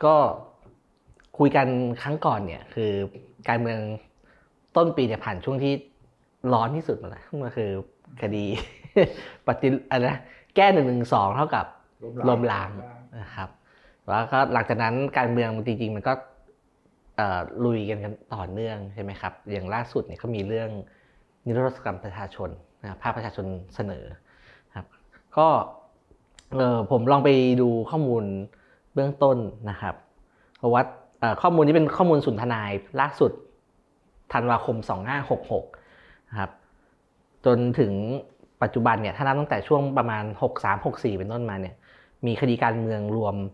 ก็คุยกันครั้งก่อนเนี่ยคือการเมืองต้นปีเนี่ยผ่านช่วงที่ร้อนที่สุดมาแล้วก็คือคดี ปฏิอะไรนะแก้112เท่ากับล้มล้างนะครับแล้วก็หลังจากนั้นการเมืองจริงๆมันก็ลุยกันต่อเนื่องใช่ไหมครับอย่างล่าสุดเนี่ยเขามีเรื่องนิรโทษกรรมประชาชนนะภาคประชาชนเสนอครับก็ผมลองไปดูข้อมูลเบื้องต้นนะครับเพราะว่าข้อมูลนี้เป็นข้อมูลสุนทนายล่าสุดธันวาคม2566นะครับจนถึงปัจจุบันเนี่ยถ้านับตั้งแต่ช่วงประมาณ63-64เป็นต้นมาเนี่ยมีคดีการเมืองรวม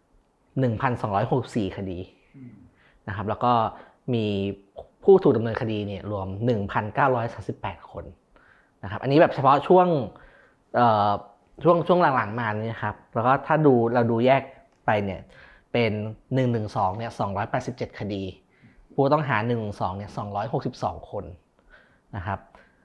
1,264 คดีนะครับแล้วก็มีผู้ถูกดำเนินคดีเนี่ยรวม 1,938 คนนะครับอันนี้แบบเฉพาะช่วงหลังๆมานี่ครับแล้วก็ถ้าเราดูแยกไปเนี่ยเป็น112เนี่ย287คดีผู้ต้องหา112เนี่ย262คนนะครับ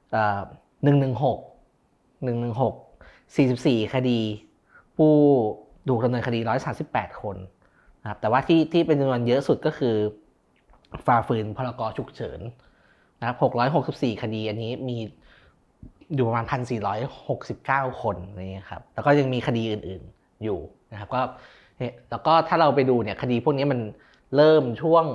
116 44คดีผู้ถูกดำเนินคดี138คนนะครับแต่ว่าที่เป็นจำนวนเยอะสุดก็คือฝ่าฝืนพรกฉุกเฉินนะครับ664คดีอันนี้มีอยู่ประมาณ 1,469 คนนี่ครับแล้วก็ยังมีคดีอื่นๆอยู่นะครับก็แล้วก็ถ้าเราไปดูเนี่ยคดีพวกนี้มันเริ่มช่วง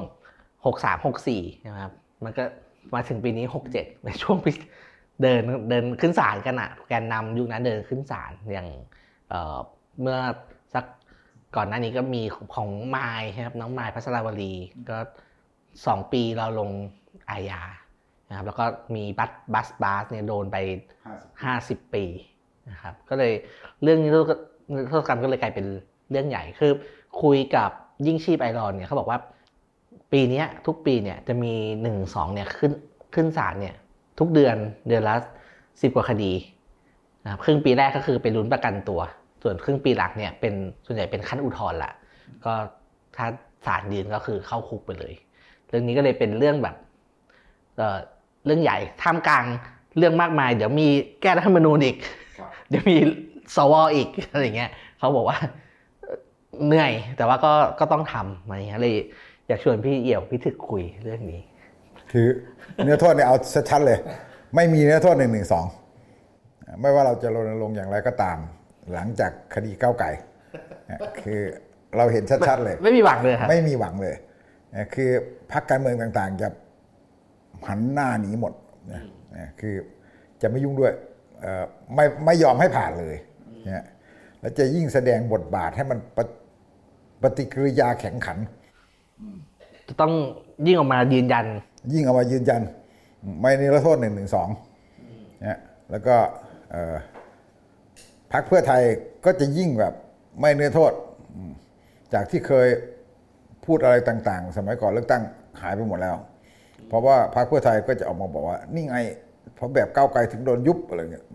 63-64นะครับมันก็มาถึงปีนี้67ในช่วงเดินขึ้นศาลกันอ่ะแกนนำยุคนั้นเดินขึ้นศาลอย่างเมื่อสักก่อนหน้านี้ก็มีของมายครับน้องมายพัชรวลีก็2ปีเราลงอาญานะครับแล้วก็มีบัสเนี่ยโดนไป50ปีนะครับก็เลยเรื่องนี้นิรโทษกรรมก็เลยกลายเป็นเรื่องใหญ่คือคุยกับยิ่งชีพไอรอนเนี่ยเขาบอกว่าปีนี้ทุกปีเนี่ยจะมี112เนี่ยขึ้นศาลเนี่ยทุกเดือนละ10กว่าคดีนะครับครึ่งปีแรกก็คือเป็นลุ้นประกันตัวส่วนครึ่งปีหลังเนี่ยเป็นส่วนใหญ่เป็นขั้นอุทธรณ์ละก็ถ้าศาลยืนก็คือเข้าคุกไปเลยเรื่องนี้ก็เลยเป็นเรื่องแบบเรื่องใหญ่ท่ามกลางเรื่องมากมายเดี๋ยวมีแก้รัฐธรรมนูญอีกเดี๋ยวมีสวอีกอะไรเงี้ยเขาบอกว่าเหนื่อยแต่ว่าก็ต้องทำอะไรเงี้ยเลยอยากชวนพี่เอี่ยวพี่ถึกคุยเรื่องนี้คือเนื้อโทษเนี่ยเอาชัดๆเลยไม่มีเนื้อโทษ112ไม่ว่าเราจะรณรงค์อย่างไรก็ตามหลังจากคดีก้าวไก่คือเราเห็นชัดๆเลยไม่มีหวังเลยครับไม่มีหวังเลยคือพรรคการเมืองต่างๆจะหันหน้าหนีหมดคือจะไม่ยุ่งด้วยไม่ยอมให้ผ่านเลยนะแล้วจะยิ่งแสดงบทบาทให้มันปฏิกิริยาแข็งขันจะต้องยิ่งออกมายืนยันไม่นิรโทษ112นะแล้วก็พรรคเพื่อไทยก็จะยิ่งแบบไม่นิรโทษจากที่เคยพูดอะไรต่างๆสมัยก่อนเลือกตั้งหายไปหมดแล้วเพราะว่าพรรคเพื่อไทยก็จะออกมาบอกว่านี่ไงเพราะแบบก้าวไกลถึงโดนยุบอะไรเงี้ย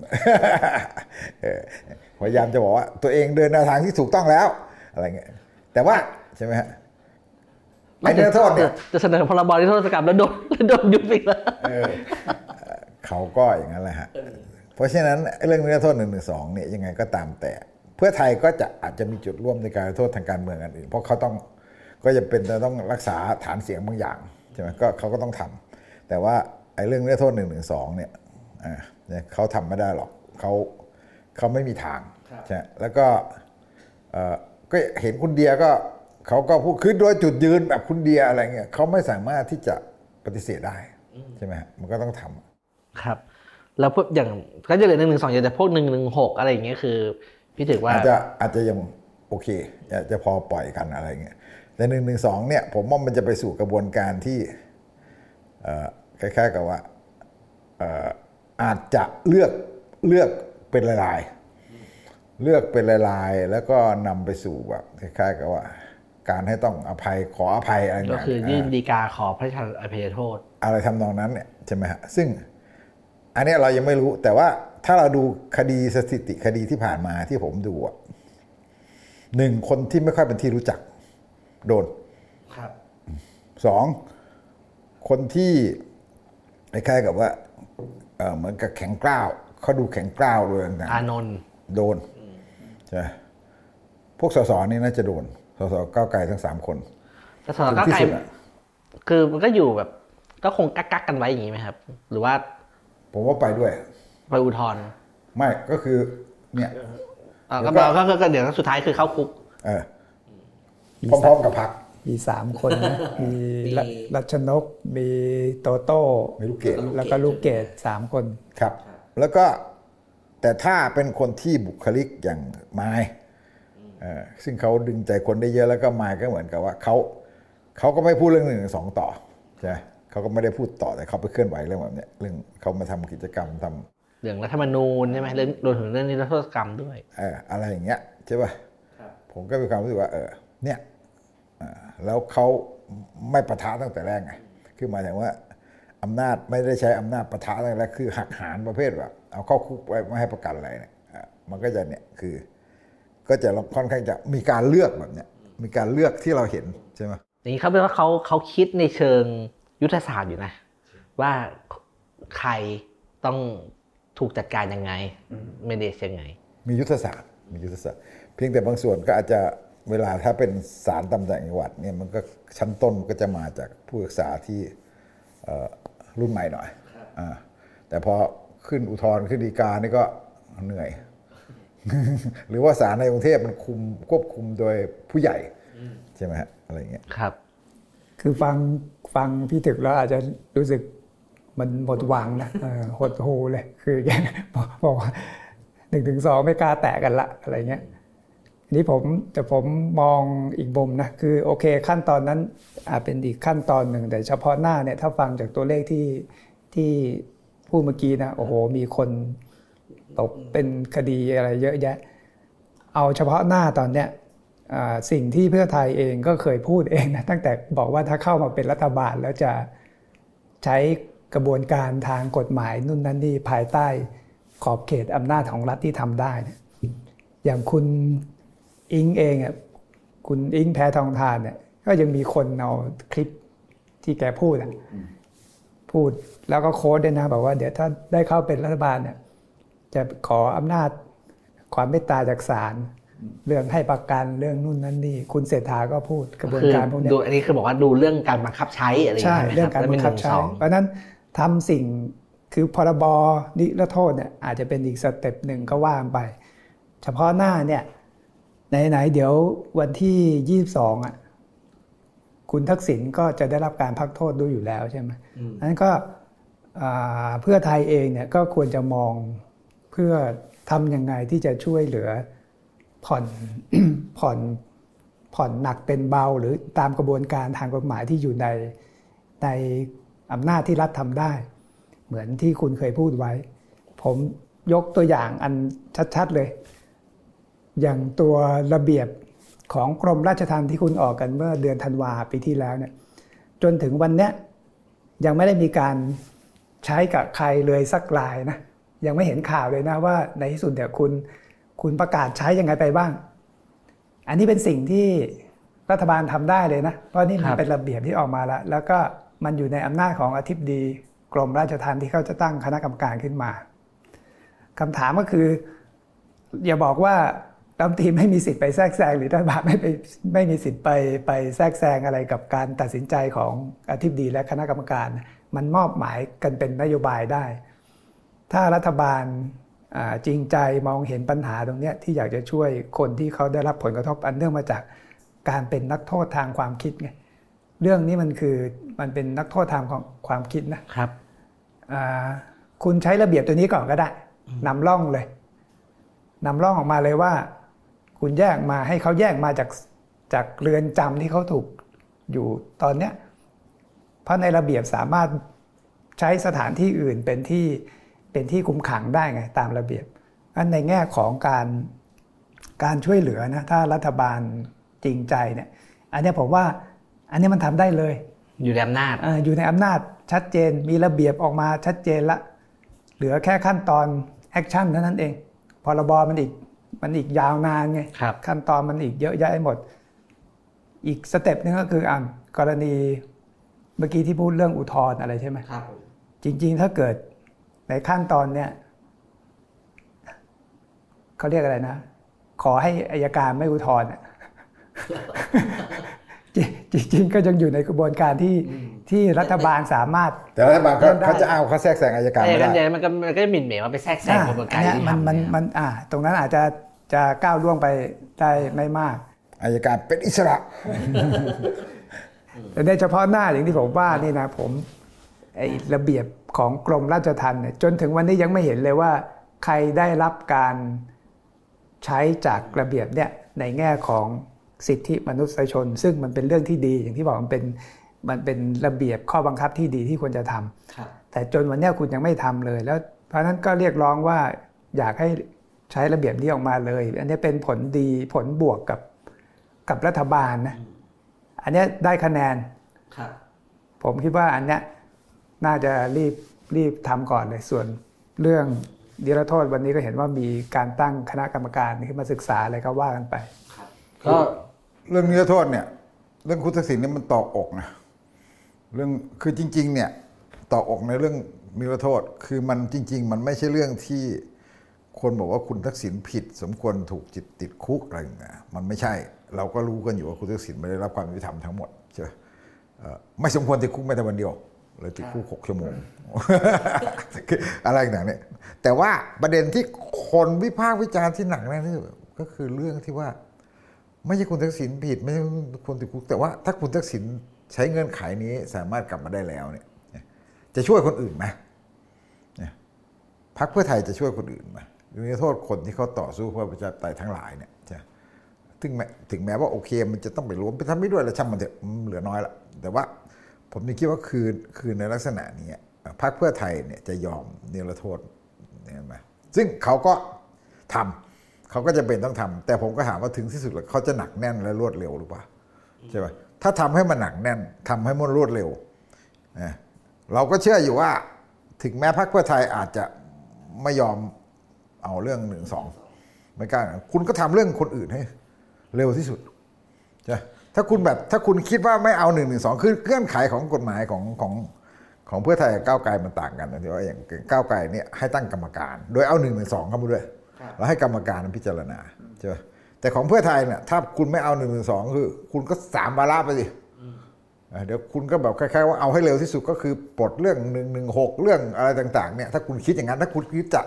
พยายามจะบอกว่าตัวเองเดินแนวทางที่ถูกต้องแล้วอะไรเงี้ยแต่ว่าใช่ไหมฮะไม่นิรโทษเนี่ยจะเสนอพรบนิรโทษกรรมแล้วโดนยุบอีกแล้วเขาก็อย่างนั้นแหละฮะเพราะฉะนั้นเรื่องนิรโทษ112เนี่ยยังไงก็ตามแต่เพื่อไทยก็จะอาจจะมีจุดร่วมในการนิรโทษทางการเมืองอันอื่นเพราะเขาก็จะเป็นต้องรักษาฐานเสียงบางอย่างใช่ไหมก็เขาก็ต้องทำแต่ว่าไอ้เรื่องนิรโทษ112เนี่ยเขาทำไม่ได้หรอกเขาไม่มีทางใช่แล้วก็เห็นคุณเดียก็เขาก็พูดคือโดยจุดยืนแบบคุณเดียอะไรเงี้ยเขาไม่สามารถที่จะปฏิเสธได้ใช่ไหมมันก็ต้องทำครับแล้วพวกอย่างก็จะเหลือ112อย่างแต่พวก116อะไรอย่างเงี้ยคือพี่ถือว่าอาจจะยังโอเคจะพอปล่อยกันอะไรเงี้ยแต่112เนี่ยผมว่ามันจะไปสู่กระบวนการที่คล้ายๆกับว่าอาจจะเลือกเป็นลายๆแล้วก็นำไปสู่แบบคล้ายๆกับว่าการให้ต้องขออภัยอะไรอย่างเงี้ยก็คือยื่นฎีกาขอพระราชทานอภัยโทษอะไรทำนองนั้นเนี่ยใช่ไหมฮะซึ่งอันนี้เรายังไม่รู้แต่ว่าถ้าเราดูคดีสถิติคดีที่ผ่านมาที่ผมดู1คนที่ไม่ค่อยเป็นที่รู้จักโดนครับ 2คนที่คล้ายๆกับว่าเหมือนกับแข็งกร้าวเขาดูแข็งกร้าวด้วยนะอานนท์โดนใช่พวกสสนี่น่าจะโดนสสก้าวไกลทั้ง3 คนแต่สสก้าวไกลคือมันก็อยู่แบบก็คงกักกันไว้อย่างนี้ไหมครับหรือว่าผมว่าไปด้วยไปอุทธรณ์ไม่ก็คือเนี่ยก็เดี๋ยวสุดท้ายคือเข้าคุกพร้อมๆกับพรรคมี3 คนนะมีรัชนกมีโตโต้มีลูกเกดแล้วก็ลูกเกด3 คนครับแล้วก็แต่ถ้าเป็นคนที่บุคลิกอย่างไมค์ซึ่งเขาดึงใจคนได้เยอะแล้วก็ไมค์ก็เหมือนกับว่าเขาก็ไม่พูดเรื่อง112ต่อใช่ไหมเขาก็ไม่ได้พูดต่อแต่เขาไปเคลื่อนไหวเรื่องแบบนี้เรื่องเขามาทำกิจกรรมทำเรื่องรัฐธรรมนูญใช่ไหมเรื่องรวมถึงเรื่องนิรโทษกรรมด้วยอะไรอย่างเงี้ยใช่ป่ะผมก็มีความรู้สึกว่าเนี่ยแล้วเขาไม่ปะทะตั้งแต่แรกไงคือหมายถึงว่าอำนาจไม่ได้ใช้อำนาจปะทะตั้งแต่แรกคือหักหารประเภทแบบเอาเข้าคุกไว้ไม่ให้ประกันอะไรเนี่ยมันก็จะเนี่ยคือก็จะค่อนข้างจะมีการเลือกแบบเนี้ยมีการเลือกที่เราเห็นใช่ไหมอย่างนี้เขาเป็นว่าเขาคิดในเชิงยุทธศาสตร์อยู่นะว่าใครต้องถูกจัดการยังไงเมเนจยังไงมียุทธศาสตร์เพียงแต่บางส่วนก็อาจจะเวลาถ้าเป็นศาลตำแหน่งจังหวัดเนี่ยมันก็ชั้นต้นก็จะมาจากผู้ศึกษาที่รุ่นใหม่หน่อยแต่พอขึ้นอุทธรณ์ขึ้นฎีกานี่ก็เหนื่อย หรือว่าศาลในกรุงเทพมันควบคุมโดยผู้ใหญ่ใช่ไหมฮะอะไรอย่างเงี้ยครับคือฟังพี่ถึกแล้วอาจจะรู้สึกมันหมดหวังนะหดหูเลยคือบอกว่า1-2ไม่กล้าแตะกันละอะไรเงี้ยนี่ผมมองอีกมุมนะคือโอเคขั้นตอนนั้นอาจเป็นอีกขั้นตอนหนึ่งแต่เฉพาะหน้าเนี่ยถ้าฟังจากตัวเลขที่พูดเมื่อกี้นะโอ้โหมีคนตกเป็นคดีอะไรเยอะแยะเอาเฉพาะหน้าตอนเนี้ยสิ่งที่เพื่อไทยเองก็เคยพูดเองนะตั้งแต่บอกว่าถ้าเข้ามาเป็นรัฐบาลแล้วจะใช้กระบวนการทางกฎหมายนู่นนั่นนี่ภายใต้ขอบเขตอำนาจของรัฐที่ทำได้เนี่ยอย่างคุณอิงเองอ่ะคุณอิงแพทองธารเนี่ยก็ยังมีคนเอาคลิปที่แกพูดแล้วก็โค้ดด้วยนะบอกว่าเดี๋ยวถ้าได้เข้าเป็นรัฐบาลเนี่ยจะขออำนาจความเมตตาจากศาลเรื่องให้ประกันเรื่องนู่นนั่นนี่คุณเศรษฐาก็พูดกระบวนการพวกนี้อันนี้คือบอกว่าดูเรื่องการบังคับใช้อะไรอย่างเงี้ยใช่เรื่องการบังคับใช้เพราะนั้นทำสิ่งคือพรบนิรโทษเนี่ยอาจจะเป็นอีกสเต็ปหนึ่งก็ว่าไปเฉพาะหน้าเนี่ยไหนเดี๋ยววันที่22อ่ะคุณทักษิณก็จะได้รับการพักโทษด้วยอยู่แล้วใช่ไหมนั้นก็เพื่อไทยเองเนี่ยก็ควรจะมองเพื่อทำยังไงที่จะช่วยเหลือผ่อนหนักเป็นเบาหรือตามกระบวนการทางกฎหมายที่อยู่ในอำนาจที่รัฐทำได้เหมือนที่คุณเคยพูดไว้ผมยกตัวอย่างอันชัดๆเลยอย่างตัวระเบียบของกรมราชทัณฑ์ที่คุณออกกันเมื่อเดือนธันวาปีที่แล้วเนี่ยจนถึงวันเนี้ยยังไม่ได้มีการใช้กับใครเลยสักรายนะยังไม่เห็นข่าวเลยนะว่าในที่สุดเนี่ยคุณประกาศใช้ยังไงไปบ้างอันนี้เป็นสิ่งที่รัฐบาลทำได้เลยนะเพราะนี่มันเป็นระเบียบที่ออกมาแล้วก็มันอยู่ในอำนาจของอธิบดีกรมราชทัณฑ์ที่เขาจะตั้งคณะกรรมการขึ้นมาคำถามก็คืออย่าบอกว่ารัฐมนตรีไม่มีสิทธิ์ไปแทรกแซงหรือรัฐบาลไม่มีสิทธิ์ไปแทรกแซงอะไรกับการตัดสินใจของอธิบดีและคณะกรรมการมันมอบหมายกันเป็นนโยบายได้ถ้ารัฐบาลจริงใจมองเห็นปัญหาตรงนี้ที่อยากจะช่วยคนที่เขาได้รับผลกระทบอันเนื่องมาจากการเป็นนักโทษทางความคิดไงเรื่องนี้มันเป็นนักโทษทางความคิดนะครับคุณใช้ระเบียบตัวนี้ก่อนก็ได้นำร่องออกมาเลยว่าคุณแยกมาให้เขาแยกมาจากเรือนจำที่เขาถูกอยู่ตอนเนี้ยเพราะในระเบียบสามารถใช้สถานที่อื่นเป็นที่คุมขังได้ไงตามระเบียบอันในแง่ของการช่วยเหลือนะถ้ารัฐบาลจริงใจเนี่ยอันนี้ผมว่าอันนี้มันทำได้เลยอยู่ในอำนาจอยู่ในอำนาจชัดเจนมีระเบียบออกมาชัดเจนละเหลือแค่ขั้นตอนแอคชั่นเท่านั้นเองพรบมันอีกยาวนานไงขั้นตอนมันอีกเยอะแยะหมดอีกสเต็ปนึงก็คือกรณีเมื่อกี้ที่พูดเรื่องอุทธรณ์อะไรใช่ไหมครับจริงๆถ้าเกิดในขั้นตอนเนี้ยเขาเรียกอะไรนะขอให้อัยการไม่อุทธรณ์จริงๆก็ยังอยู่ในกระบวนการที่รัฐบาลสามารถแต่รัฐบาลเขาจะเอาเขาแทรกแซงอัยการไม่ได้มันก็จะหมิ่นเหม่ว่าไปแทรกแซงกระบวนการที่ทำมันตรงนั้นอาจจะก้าวล่วงไปได้ไม่มากอัยการเป็นอิสระแต่ในเฉพาะหน้าอย่างที่ผมว่านี่นะผมไอ้ระเบียบของกรมราชทัณฑ์เนี่ยจนถึงวันนี้ยังไม่เห็นเลยว่าใครได้รับการใช้จากระเบียบเนี่ยในแง่ของสิทธิมนุษยชนซึ่งมันเป็นเรื่องที่ดีอย่างที่บอกมันเป็นระเบียบข้อบังคับที่ดีที่ควรจะทำแต่จนวันนี้คุณยังไม่ทำเลยแล้วเพราะนั้นก็เรียกร้องว่าอยากให้ใช้ระเบียบนี้ออกมาเลยอันนี้เป็นผลดีผลบวกกับรัฐบาลนะอันนี้ได้คะแนนผมคิดว่าอันนี้น่าจะรีบทำก่อนเลยส่วนเรื่องนิรโทษวันนี้ก็เห็นว่ามีการตั้งคณะกรรมการขึ้นมาศึกษาอะไรก็ว่ากันไปก็เรื่องนิรโทษเนี่ยเรื่องคุณทักษิณนี่มันต่ออกนะเรื่องคือจริงๆเนี่ยต่ออกในเรื่องนิรโทษคือมันจริงๆมันไม่ใช่เรื่องที่คนบอกว่าคุณทักษิณผิดสมควรถูกติดคุกอะไรอย่างเงี้ยมันไม่ใช่เราก็รู้กันอยู่ว่าคุณทักษิณไม่ได้รับความยุติธรรมทั้งหมดใช่ไหมไม่สมควรติดคุกแม้แต่วันเดียวเลยติดคุก6 ชั่วโมงอะไรอย่างเนี้ยแต่ว่าประเด็นที่คนวิพากษ์วิจารณ์ที่หนักนั่นก็คือเรื่องที่ว่าไม่ใช่คุณทักษิณผิดไม่ใช่คุณติดคุกแต่ว่าถ้าคุณทักษิณใช้เงื่อนไขนี้สามารถกลับมาได้แล้วเนี่ยจะช่วยคนอื่นไหมพรรคเพื่อไทยจะช่วยคนอื่นไหมมีโทษคนที่เขาต่อสู้เพื่อประชาธิปไตยทั้งหลายเนี่ยถึงแม้ว่าโอเคมันจะต้องไปรวมไปทำไม่ด้วยแล้วช่างมันเถอะเหลือน้อยละแต่ว่าผมคิดว่าคือในลักษณะนี้พรรคเพื่อไทยเนี่ยจะยอมนิรโทษเห็นไหมซึ่งเขาก็ทำเขาก็จะเป็นต้องทำแต่ผมก็ถามว่าถึงที่สุดแล้วเขาจะหนักแน่นและรวดเร็วหรือเปล่าใช่ไหมถ้าทำให้มันหนักแน่นทำให้มันรวดเร็วเราก็เชื่ออยู่ว่าถึงแม้พรรคเพื่อไทยอาจจะไม่ยอมเอาเรื่อง1-2ไม่กล้าคุณก็ทำเรื่องคนอื่นให้เร็วที่สุดใช่ถ้าคุณคิดว่าไม่เอา1-2คือเงื่อนไขของกฎหมายของเพื่อไทยกับก้าวไกลมันต่างกันนะที่ว่าอย่างก้าวไกลเนี่ยให้ตั้งกรรมการโดยเอา1-2เข้ามาด้วยแล้วให้กรรมการพิจารณาใช่ไหมแต่ของเพื่อไทยเนี่ยถ้าคุณไม่เอา1-2คือคุณก็3 วาระไปสิเดี๋ยวคุณก็แบบคล้ายๆว่าเอาให้เร็วที่สุดก็คือปลดเรื่อง116เรื่องอะไรต่างๆเนี่ยถ้าคุณคิดอย่างนั้นถ้าคุณคิดจะ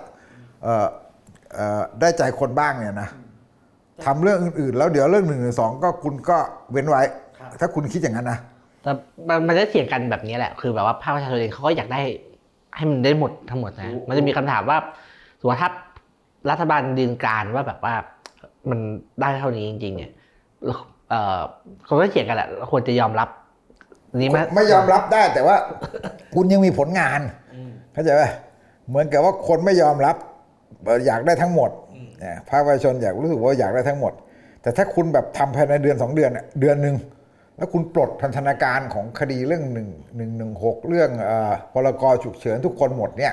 ได้ใจคนบ้างเนี่ยนะทำเรื่องอื่นๆแล้วเดี๋ยวเรื่อง1-2ก็คุณก็เว้นไว้ถ้าคุณคิดอย่างนั้นนะแต่มันจะเถียงกันแบบนี้แหละคือแบบว่าภาคประชาชนเองเขาก็อยากได้ให้มันได้หมดทั้งหมดนะมันจะมีคำถามว่าสมมติถ้ารัฐบาลยืนกรานว่าแบบว่ามันได้เท่านี้จริงๆเนี่ยเขาก็เถียงกันแหละควรจะยอมรับนี้ไม่ยอมรับได้แต่ว่าคุณยังมีผลงานเข้าใจไหมเหมือนกับว่าคนไม่ยอมรับอยากได้ทั้งหมดภาคประชาชนอยากรู้สึกว่าอยากได้ทั้งหมดแต่ถ้าคุณแบบทำภายในเดือน2 เดือนเดือนนึงแล้วคุณปลดพันธนาการของคดีเรื่อง116เรื่องพรกฉุกเฉินทุกคนหมดเนี่ย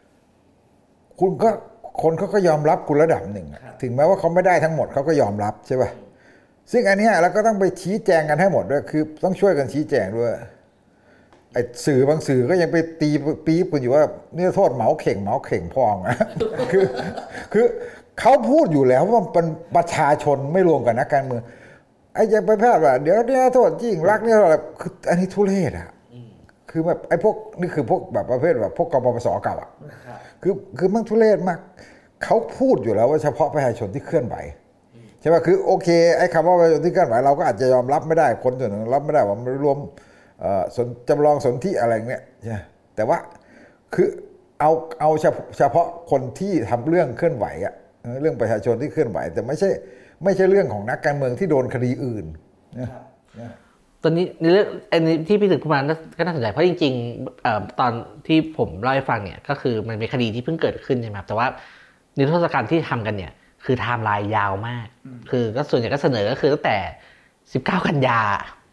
คนเขาก็ยอมรับคุณระดับหนึ่งถึงแม้ว่าเขาไม่ได้ทั้งหมดเขาก็ยอมรับใช่ป่ะซึ่งอันนี้เราก็ต้องไปชี้แจงกันให้หมดด้วยคือต้องช่วยกันชี้แจงด้วยไอ้สื่อบางสื่อก็ยังไปตีปี๊บกันอยู่ว่านี่โทษเหมาเข่งพองนะคือเขาพูดอยู่แล้วว่าเป็นประชาชนไม่รวมกับนักการเมืองไอ้ยังไปพลาดว่าเดี๋ยวเนี่ยโทษจริงรักเนี่ยอะไรคืออันนี้ทุเรศอ่ะคือแบบไอ้พวกนี่คือพวกแบบประเภทแบบพวกกปปสเก่าอ่ะคือมันทุเรศมากเขาพูดอยู่แล้วว่าเฉพาะประชาชนที่เคลื่อนไหวใช่ป่ะคือโอเคไอ้คำว่าประชาชนที่เคลื่อนไหวเราก็อาจจะยอมรับไม่ได้คนส่วนหนึ่งรับไม่ได้ว่ามันรวมจำลองสนธิอะไรเงี้ยใช่แต่ว่าคือเอาเฉพาะคนที่ทำเรื่องเคลื่อนไหวอะเรื่องประชาชนที่เคลื่อนไหวแต่ไม่ใช่เรื่องของนักการเมืองที่โดนคดีอื่นตอนนี้ในเรื่องอันนี้ที่พี่ถึงพูดมาก็น่าสนใจเพราะจริงๆตอนที่ผมเล่าให้ฟังเนี่ยก็คือมันเป็นคดีที่เพิ่งเกิดขึ้นใช่ไหมครับแต่ว่านิรโทษกรรมที่ทำกันเนี่ยคือไทม์ไลน์ยาวมากคือก็ส่วนใหญ่ก็เสนอก็คือตั้งแต่19 กันยา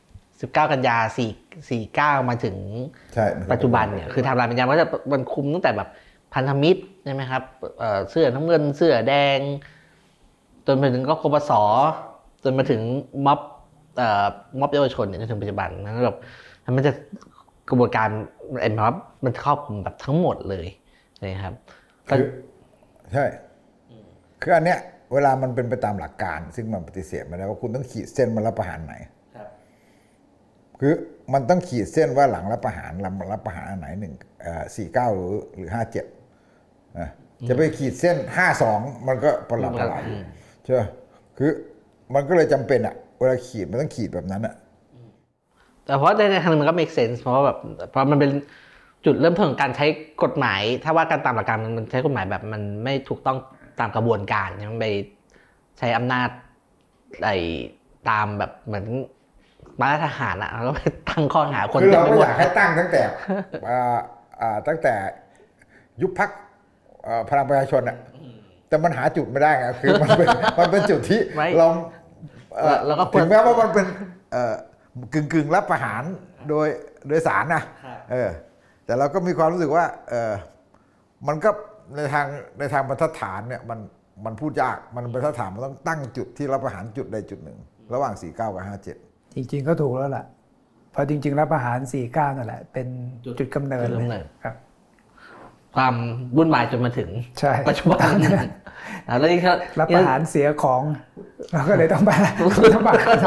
49มาถึงปัจจุบันเนี่ยคือไทม์ไลน์มันยาวมันคุมตั้งแต่แบบพันธมิตรใช่ไหมครับเสื้อน้ำเงินเสื้อแดงจนไปถึงก็กปสจนมาถึงม็อบเยาวชนเนี่ยจนถึงปัจจุบันนั้นแบบมันจะกระบวนการไอ้ม็อบมันครอบคลุมแบบทั้งหมดเลยนะครับคือใช่คืออันเนี้ยเวลามันเป็นไปตามหลักการซึ่งมันปฏิเสธไม่ได้ว่าคุณต้องขีดเส้นมารับประหารไหนคือมันต้องขีดเส้นว่าหลังรับประหารรับประหารอันไหน49หรือ57จะไปขีดเส้น52มันก็ประหลาดใช่ไหมคือมันก็เลยจำเป็นอะเวลาขีดมันต้องขีดแบบนั้นอะแต่เพราะในทางนึงมันก็ make sense เพราะว่าแบบเพราะมันเป็นจุดเริ่มต้นของการใช้กฎหมายถ้าว่าการตามหลักการมันใช้กฎหมายแบบมันไม่ถูกต้องตามกระบวนการมันไปใช้อำนาจตามแบบเหมือนมาตรทหารแล้วก็ไปตั้งข้อหาคนคือเราไม่อยากให้ตั้งตั้งแต่ยุบพรรคพลังประชาชนอะแต่มันหาจุดไม่ได้ไงคือมันเป็นจุดที่เราก็ถึงแม้ว่ามันเป็นกึ่งรับประหารโดยศาลนะแต่เราก็มีความรู้สึกว่ามันก็ในทางบรรทัดฐานเนี่ยมันพูดยากมันบรรทัดฐานมันต้องตั้งจุดที่รับประหารจุดใดจุดหนึ่งระหว่าง49กับ57 จริงๆก็ถูกแล้วล่ะเพราะจริงๆรับประหาร49นั่นแหละเป็นจุดกำเนิดเลยครับความวุ่นวายจนมาถึงปัจจุบันแล้วนี่รับประหารเสียของเราก็เลยต้องไปรับประหาร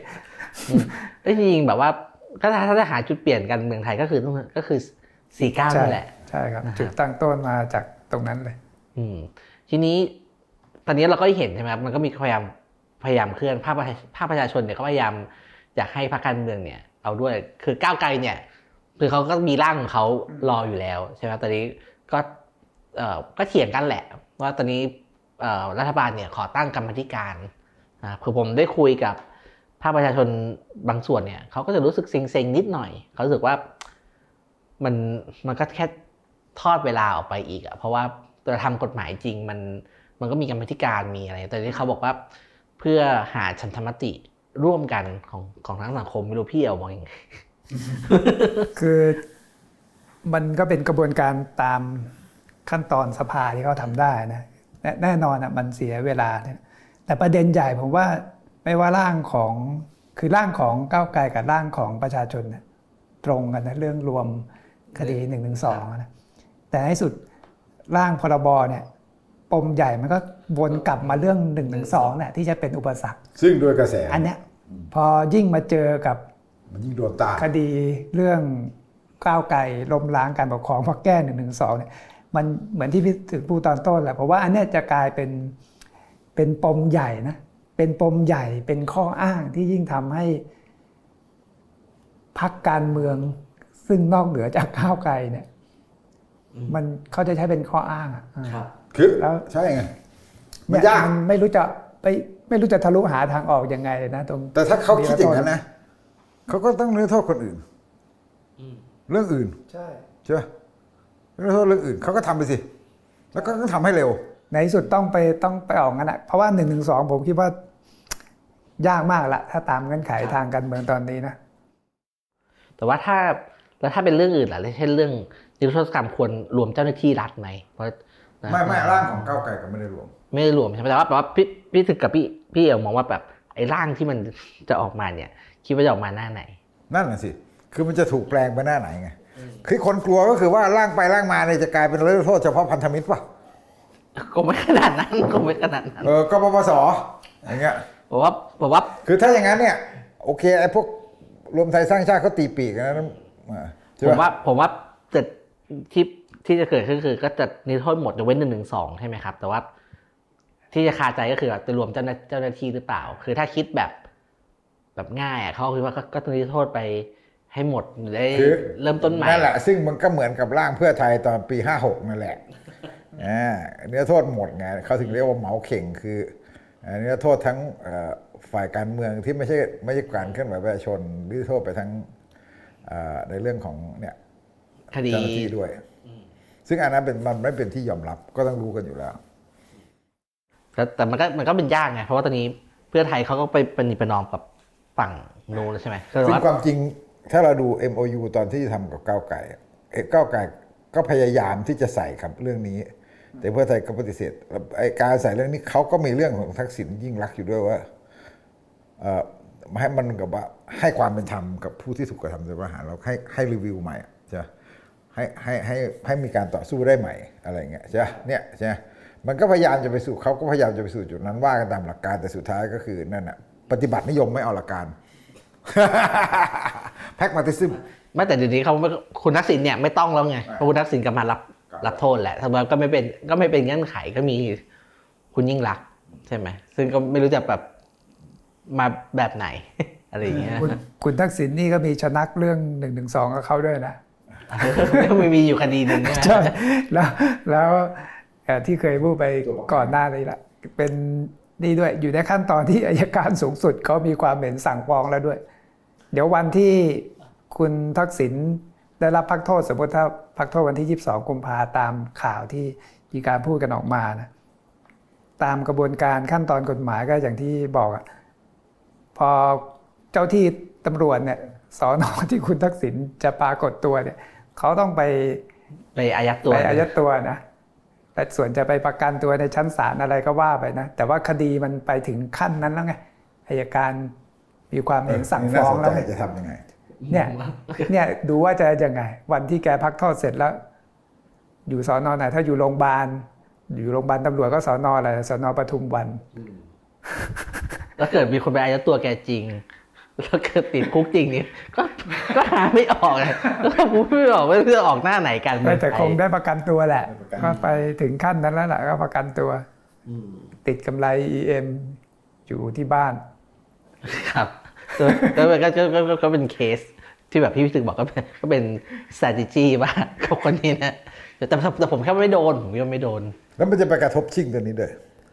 57 จริงๆแบบว่าถ้าจะหาจุดเปลี่ยนกันเมืองไทยก็คือ49นั่นแหละใช่ครับจุดตั้งต้นมาจากตรงนั้นเลยทีนี้ตอนนี้เราก็เห็นใช่ไหมครับมันก็มีพยายามเคลื่อนภาคประชาชนเนี่ยเขาพยายามอยากให้พรรคการเมืองเนี่ยเอาด้วยคือก้าวไกลเนี่ยคือเขาก็มีร่างของเขารออยู่แล้วใช่ไหมตอนนี้ก็เถียงกันแหละว่าตอนนี้รัฐบาลเนี่ยขอตั้งกรรมธิการคือผมได้คุยกับภาคประชาชนบางส่วนเนี่ยเขาก็จะรู้สึกเซ็งๆนิดหน่อยเขารู้สึกว่ามันก็แค่ทอดเวลาออกไปอีกเพราะว่าจะทำกฎหมายจริงมันก็มีกรรมธิการมีอะไรแต่ที่เขาบอกว่าเพื่อหาฉันทามติร่วมกันของทั้งสังคมไม่รู้พี่เอามองยังไงคือมันก็เป็นกระบวนการตามขั้นตอนสภาที่เขาทำได้นะแน่นอนมันเสียเวลาแต่ประเด็นใหญ่ผมว่าไม่ว่าร่างของก้าวไกลกับร่างของประชาชนตรงกันนะเรื่องรวมคดี112นะแต่ในสุดร่างพรบเนี่ยปมใหญ่มันก็วนกลับมาเรื่อง112เนี่ยที่จะเป็นอุปสรรคซึ่งโดยกระแสอันเนี้ยพอยิ่งมาเจอกับมันยิ่งโดนตาคดีเรื่องก้าวไกลล้มล้างการปกครองเพราะแก้112เนี่ยมันเหมือนที่พี่ถึงพูดตอนต้นแหละเพราะว่าอันเนี้ยจะกลายเป็นปมใหญ่นะเป็นปมใหญ่เป็นข้ออ้างที่ยิ่งทำให้พรรคการเมืองซึ่งนอกเหนือจากก้าวไกลเนี่ยมันเขาจะใช้เป็นข้ออ้างคือแล้วใช่ไงมันยากไม่รู้จะทะลุหาทางออกยังไงเลยนะตรงแต่ถ้าเขาคิดอย่างนั้นนะเขาก็ต้องเลือกโทษคนอื่นเรื่องอื่นใช่เรื่องโทษเรื่องอื่นเขาก็ทำไปสิแล้วก็ต้องทำให้เร็วในที่สุดต้องไปออกงั้นเพราะว่า112ผมคิดว่ายากมากละถ้าตามเงื่อนไขทางการเมืองตอนนี้นะแต่ว่าถ้าเป็นเรื่องอื่นล่ะเช่นเรื่องนิรโทษกรรมควรรวมเจ้าหน้าที่รัฐไหมเพราะไม่ร่างของก้าวไกลก็ไม่ได้รวมใช่ไหมแต่ว่าพี่ถึงกับพี่เอ๋มองว่าแบบไอ้ร่างที่มันจะออกมาเนี่ยคิดว่าจะออกมาหน้าไหนนั่นน่ะสิคือมันจะถูกแปลงไปหน้าไหนไงคือคนกลัวก็คือว่าร่างไปร่างมาเนี่ยจะกลายเป็นนิรโทษเฉพาะพันธมิตรป่ะก็ไม่ขนาดนั้นก็ปปสอย่างเงี้ยผมว่าคือถ้าอย่างนั้นเนี่ยโอเคไอ้พวกรวมไทยสร้างชาติเขาตีปีกนะผมว่าจะที่จะเกิดขึ้นคือก็จะนิรโทษหมดยกเว้น112ใช่ไหมครับแต่ว่าที่จะคาใจก็คือจะรวมเจ้าหน้าที่หรือเปล่าคือถ้าคิดแบบง่ายเขาคิดว่าก็ต้องนิรโทษไปให้หมดได้เริ่มต้นใหม่นั่นแหละซึ่งมันก็เหมือนกับร่างเพื่อไทยตอนปี56นั่นแหละนิรโทษหมดไงเขาถึงเรียกว่าเหมาเข่งคือนิรโทษทั้งฝ่ายการเมืองที่ไม่ใช่การเคลื่อนไหวประชาชนนิรโทษไปทั้งในเรื่องของเนี่ยเจ้าหน้าที่ด้วยซึ่งอันนั้นมันไม่เป็นที่ยอมรับก็ต้องรู้กันอยู่แล้วแต่มันก็เป็นยากไงเพราะว่าตอนนี้เพื่อไทยเขาก็ไปประนีประนอมกับฝั่งโน้นใช่ไหมซึ่งความจริงถ้าเราดู MOU ตอนที่ทำกับก้าวไกลก็พยายามที่จะใส่ครับเรื่องนี้แต่เพื่อไทยก็ปฏิเสธการใส่เรื่องนี้เขาก็มีเรื่องของทักษิณยิ่งรักอยู่ด้วยว่าให้มันกับว่าให้ความเป็นธรรมกับผู้ที่ถูกกระทำโดยประหารเราให้รีวิวใหม่ใช่ให้มีการต่อสู้ได้ใหม่อะไรเงี้ยใช่เนี่ยใช่มันก็พยายามจะไปสู่เขาก็พยายามจะไปสู่จุดนั้นว่ากันตามหลักการแต่สุดท้ายก็คือนั่นน่ะปฏิบัตินิยมไม่เอาหลักการ แพ็กมาติซึมไม่แต่เดี๋ยวนี้เขาคุณทักษิณเนี่ยไม่ต้องแล้วไงเพราะคุณทักษิณกลับมารับโทษแหละทำไมก็ไม่เป็นเงื่อนไขก็มีคุณยิ่งรักใช่ไหมซึ่งก็ไม่รู้จะแบบมาแบบไหน อะไรอย่างเงี้ยคุณทักษิณนี่ก็มีชนักเรื่อง112กับเขาด้วยนะไม่มีอยู่คดีนึงใช่แล้วที่เคยพูดไปก่อนหน้านี้แหละเป็นนี่ด้วยอยู่ในขั้นตอนที่อัยการสูงสุดเขามีความเห็นสั่งฟ้องแล้วด้วยเดี๋ยววันที่คุณทักษิณได้รับพักโทษสมมติถ้าพักโทษวันที่22กุมภาพันธ์ตามข่าวที่มีการพูดกันออกมานะตามกระบวนการขั้นตอนกฎหมายก็อย่างที่บอกอ่ะพอเจ้าที่ตำรวจเนี่ยสน.ที่คุณทักษิณจะปรากฏตัวเนี่ยเขาต้องไปอายัดตัวนะแต่ส่วนจะไปประกันตัวในชั้นศาลอะไรก็ว่าไปนะแต่ว่าคดีมันไปถึงขั้นนั้นแล้วไงอัยการมีความเห็นสั่งฟ้องแล้วจะทำยังไงเนี่ยดูว่าจะยังไงวันที่แกพักโทษเสร็จแล้วอยู่สน.ไหนถ้าอยู่โรงพยาบาลตำรวจก็สน.อะไรสน.ปทุมวันแล้วเกิดมีคนไปอายัดตัวแกจริงแล้วเกิดติดคุกจริงนี่ก็หาไม่ออกเลยก็ไม่ออกว่าจะออกหน้าไหนกันแต่คงได้ประกันตัวแหละก็ไปถึงขั้นนั้นแล้วแหละก็ประกันตัวติดกำไร EM อยู่ที่บ้านครับแล้วก็เป็นเคสที่แบบพี่พิสึกบอกก็เป็น strategy ว่าคนนี้นะแต่ผมแค่ไม่โดนผมยังไม่โดนแล้วมันจะไปกระทบชิงตัวนี้ด้วย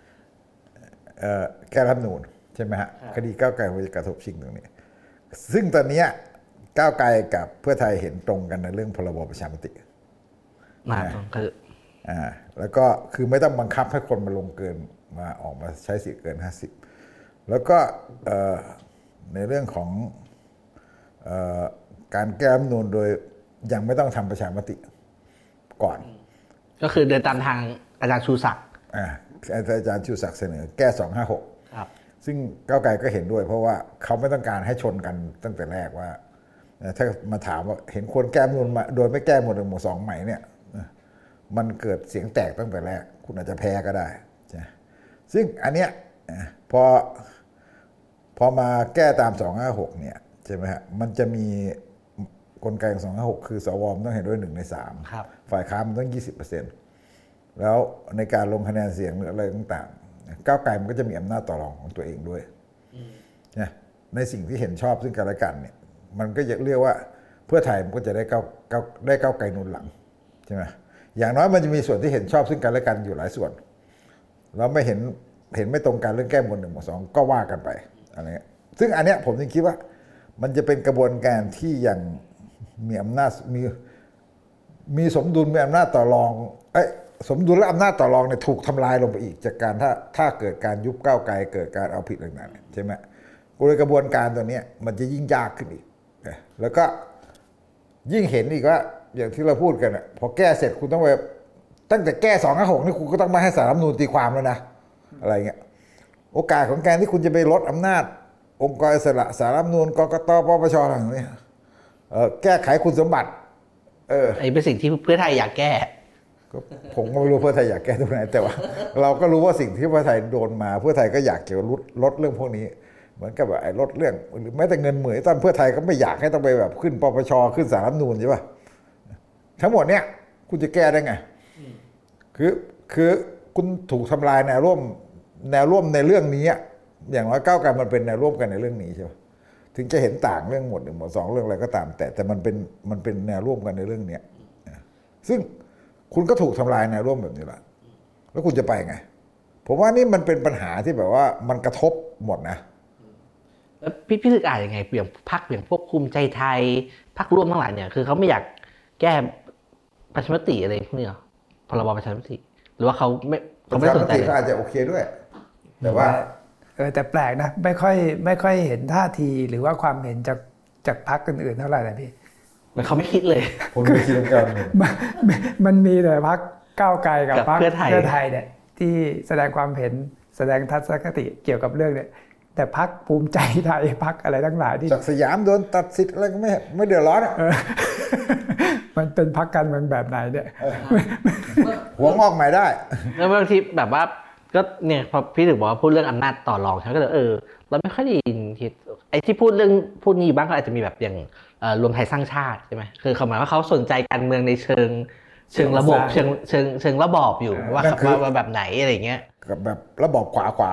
แก้รัฐธรรมนูญใช่ไหมฮะคดีก้าวไกลมันจะกระทบชิงตรงนี้ซึ่งตอนนี้ก้าวไกลกับเพื่อไทยเห็นตรงกันในเรื่องพรบประชามติแล้วก็คือไม่ต้องบังคับให้คนมาลงเกินมาออกมาใช้สิทธิ์เกิน50แล้วก็ในเรื่องของการแก้รัฐธรรมนูญโดยยังไม่ต้องทำประชามติก่อนก็คือเดินตามทางอาจารย์ชูศักดิ์อาจารย์ชูศักดิ์เสนอแก้256ซึ่งก้าวไกลก็เห็นด้วยเพราะว่าเขาไม่ต้องการให้ชนกันตั้งแต่แรกว่าถ้ามาถามว่าเห็นควรแก้รัฐธรรมนูญโดยไม่แก้หมวด 1 หมวด 2ใหม่เนี่ยมันเกิดเสียงแตกตั้งแต่แรกคุณอาจจะแพ้ก็ได้ใช่ซึ่งอันเนี้ยพอมาแก้ตาม256เนี่ยใช่ไหมฮะมันจะมีกลไกของ256คือสวต้องเห็นด้วย1 ใน 3ฝ่ายค้านมันต้อง 20%แล้วในการลงคะแนนเสียงหรืออะไรต่างๆก้าวไกลมันก็จะมีอำนาจต่อรองของตัวเองด้วยนะในสิ่งที่เห็นชอบซึ่งกันและกันเนี่ยมันก็จะเรียกว่าเพื่อไทยมันก็จะได้ก้าวไกลหนุนหลังใช่ไหมอย่างน้อยมันจะมีส่วนที่เห็นชอบซึ่งกันและกันอยู่หลายส่วนแล้วไม่เห็นไม่ตรงกันเรื่องแก้หมวด 1 หมวด 2ก็ว่ากันไปอะไรเงี้ยซึ่งอันเนี้ยผมจึงคิดว่ามันจะเป็นกระบวนการที่ยังมีอำนาจมีสมดุลมีอำนาจต่อรองสมดุลและอำนาจต่อรองเนี่ยถูกทำลายลงไปอีกจากการถ้าเกิดการยุบก้าวไกลเกิดการเอาผิดต่างๆใช่ไหมโดยกระบวนการตัวนี้มันจะยิ่งยากขึ้นอีกแล้วก็ยิ่งเห็นอีกว่าอย่างที่เราพูดกันพอแก้เสร็จคุณต้องไปตั้งแต่แก้256นี่คุณก็ต้องมาให้ศาลรัฐธรรมนูญตีความแล้วนะอะไรเงี้ยโอกาสของการที่คุณจะไปลดอำนาจองค์กรอิสระศาลรัฐธรรมนูญกกต.ปปช.อะไรอย่างเงี้ยแก้ไขคุณสมบัติไอ้เป็นสิ่งที่เพื่อไทยอยากแก้ผมก็ไม่รู้เพื่อไทยอยากแก้ตรงไหนแต่ว่าเราก็รู้ว่าสิ่งที่เพื่อไทยโดนมาเพื่อไทยก็อยากเกี่ยวลดเรื่องพวกนี้เหมือนกับไอ้ลดเรื่องหรือแม้แต่เงินหมื่นตอนเพื่อไทยก็ไม่อยากให้ต้องไปแบบขึ้นปปช.ขึ้นศาลรัฐธรรมนูญใช่ป่ะทั้งหมดเนี้ยคุณจะแก้ได้ไงคือคุณถูกทำลายแนวร่วมในเรื่องนี้อย่างน้อยก้าวไกลมันเป็นแนวร่วมกันในเรื่องนี้ใช่ป่ะถึงจะเห็นต่างเรื่องหมวด 1 หมวด 2เรื่องอะไรก็ตามแต่มันเป็นแนวร่วมกันในเรื่องนี้ซึ่งคุณก็ถูกทำลายแนวร่วมแบบนี้แหละแล้วคุณจะไปไงผมว่านี่มันเป็นปัญหาที่แบบว่ามันกระทบหมดนะแล้วพี่สึกอ่านยังไงอย่างพรรคอย่างพวกภูมิใจไทยพรรคร่วมทั้งหลายเนี่ยคือเขาไม่อยากแก้ประชามติอะไรพวกนี้หรอพรบประชามติหรือว่าเขาไม่สนใจเขาอาจจะโอเคด้วยแต่ว่าแต่แปลกนะไม่ค่อยเห็นท่าทีหรือว่าความเห็นจากพรรคอื่นๆเท่าไหร่นะพี่เขาไม่คิดเลยผมไม่คิดเหมือนกันมันมีแต่พรรคก้าวไกลกับพรรคเพื่อไทยเนี่ยที่แสดงความเห็นแสดงทัศนคติเกี่ยวกับเรื่องเนี่ยแต่พรรคภูมิใจไทยพรรคอะไรทั้งหลายที่จากสยามโดนตัดสิทธิ์อะไรก็ไม่เดือดร้อนมันเป็นพรรคการเมืองแบบไหนเนี่ยหัวงอกใหม่ได้แล้วบางทีแบบว่าก็เนี่ยพอพี่ถึงบอกว่าพูดเรื่องอำนาจต่อรองฉันก็เลยเราไม่ค่อยได้ยินไอ้ที่พูดนี้บ้างก็อาจจะมีแบบอย่างรวมไทยสร้างชาติใช่ไหมคือเขาหมายว่าเขาสนใจการเมืองในเชิงระบบเชิงระบอบอยู่ว่าแบบไหนอะไรเงี้ยแบบระบอบขวา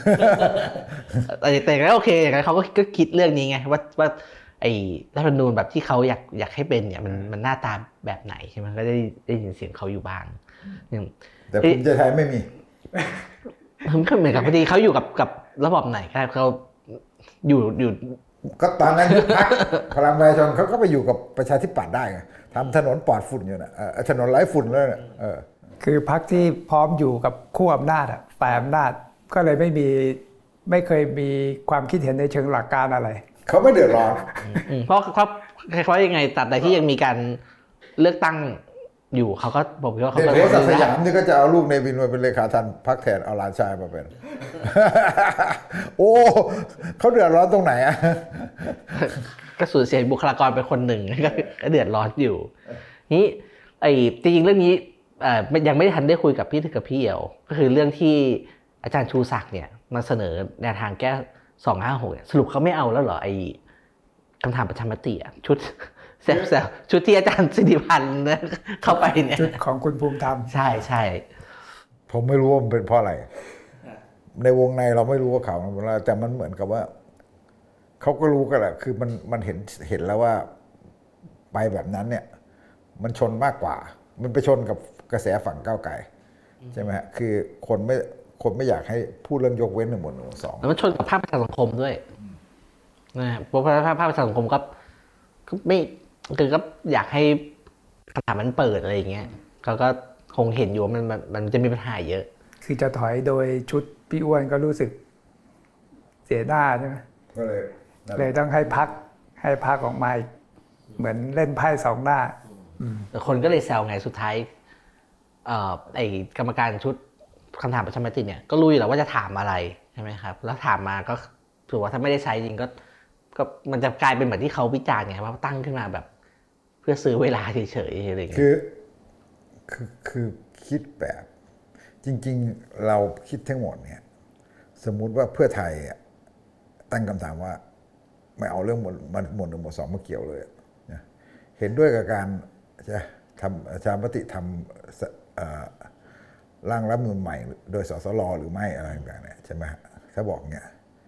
แต่ก็โอเคอย่างนั้นเขาก็คิดเรื่องนี้ไงว่าไอ้รัฐธรรมนูญแบบที่เขาอยากให้เป็นเนี่ยมันหน้าตาแบบไหนใช่ไหมก็ได้ยินเสียงเขาอยู่บ้างแต่ภูมิใจไทยไม่มีก็เหมือนกับพอดีเขาอยู่กับระบอบไหนครับเขาอยู่ก็ตอนนั้นพรรคพลังประชาชนเขาก็ไปอยู่กับประชาธิปัตย์ได้ไงทำถนนปลอดฝุ่นอยู่นะถนนไร้ฝุ่นแล้วเนี่ยคือพรรคที่พร้อมอยู่กับขั้วอำนาจฝ่ายอำนาจก็เลยไม่เคยมีความคิดเห็นในเชิงหลักการอะไรเขาไม่เดือดร้อนเพราะยังไงตัดใดที่ยังมีการเลือกตั้งอยู่เขาก็บอกว่าเขาเด็กสยามนี่ก็จะเอาลูกในวินมาเป็นเลขาธิการพรรคแทนเอาหลานชายมาเป็นโอ้เขาเดือดร้อนตรงไหนอ่ะก็สูญเสียบุคลากรไปคนหนึ่งก็เดือดร้อนอยู่นี้จริงๆเรื่องนี้ยังไม่ได้ทันได้คุยกับพี่เอ๋วก็คือเรื่องที่อาจารย์ชูศักดิ์เนี่ยมาเสนอแนวทางแก้256เนี่ยสรุปเขาไม่เอาแล้วเหรอคำถามประชามติชุดแซวชุดที่อาจารย์สิริพันธ์เข้าไปเนี่ยชุดของคุณภูมิธรรมใช่ผมไม่รู้ว่ามันเป็นเพราะอะไรในวงในเราไม่รู้ว่าข่าวมันอะไรแต่มันเหมือนกับว่าเขาก็รู้กันแหละคือมันเห็นแล้วว่าไปแบบนั้นเนี่ยมันชนมากกว่ามันไปชนกับกระแสฝั่งก้าวไกลใช่ไหมฮะคือคนไม่อยากให้พูดเรื่องยกเว้น1 หมวด 1 หมวด 2 แล้วมันชนกับภาพประชาสังคมด้วยนะเพราะภาพประชาสังคมก็ไม่คือก็อยากให้คำถามมันเปิดอะไรอย่างเงี้ยเขาก็คงเห็นอยู่ว่ามันจะมีปัญหาเยอะคือจะถอยโดยชุดพี่อ้วนก็รู้สึกเสียหน้าใช่ไหมก็เลยต้องให้พักออกมาเหมือนเล่นไพ่2 หน้าแต่คนก็เลยแซวไงสุดท้ายกรรมการชุดคำถามประชามติเนี่ยก็รู้อยู่แล้วว่าจะถามอะไรใช่ไหมครับแล้วถามมาก็ถือว่าถ้าไม่ได้ใช้จริงก็มันจะกลายเป็นเหมือนที่เขาวิจารณ์ไงว่าตั้งขึ้นมาแบบเพื่อซื้อเวลาเฉยๆอะไรอย่างเงี้ยคือคิดแบบจริงๆเราคิดทั้งหมดเนี่ยสมมุติว่าเพื่อไทยตั้งคำถามว่าไม่เอาเรื่องหมวด 1 หมวด 2มาเกี่ยวเลยเห็นด้วยกับการจะทำประชามติทำร่างรัฐธรรมนูญใหม่โดยสสรหรือไม่อะไรต่างๆเนี่ยใช่ไหมเขาบอกเนี่ย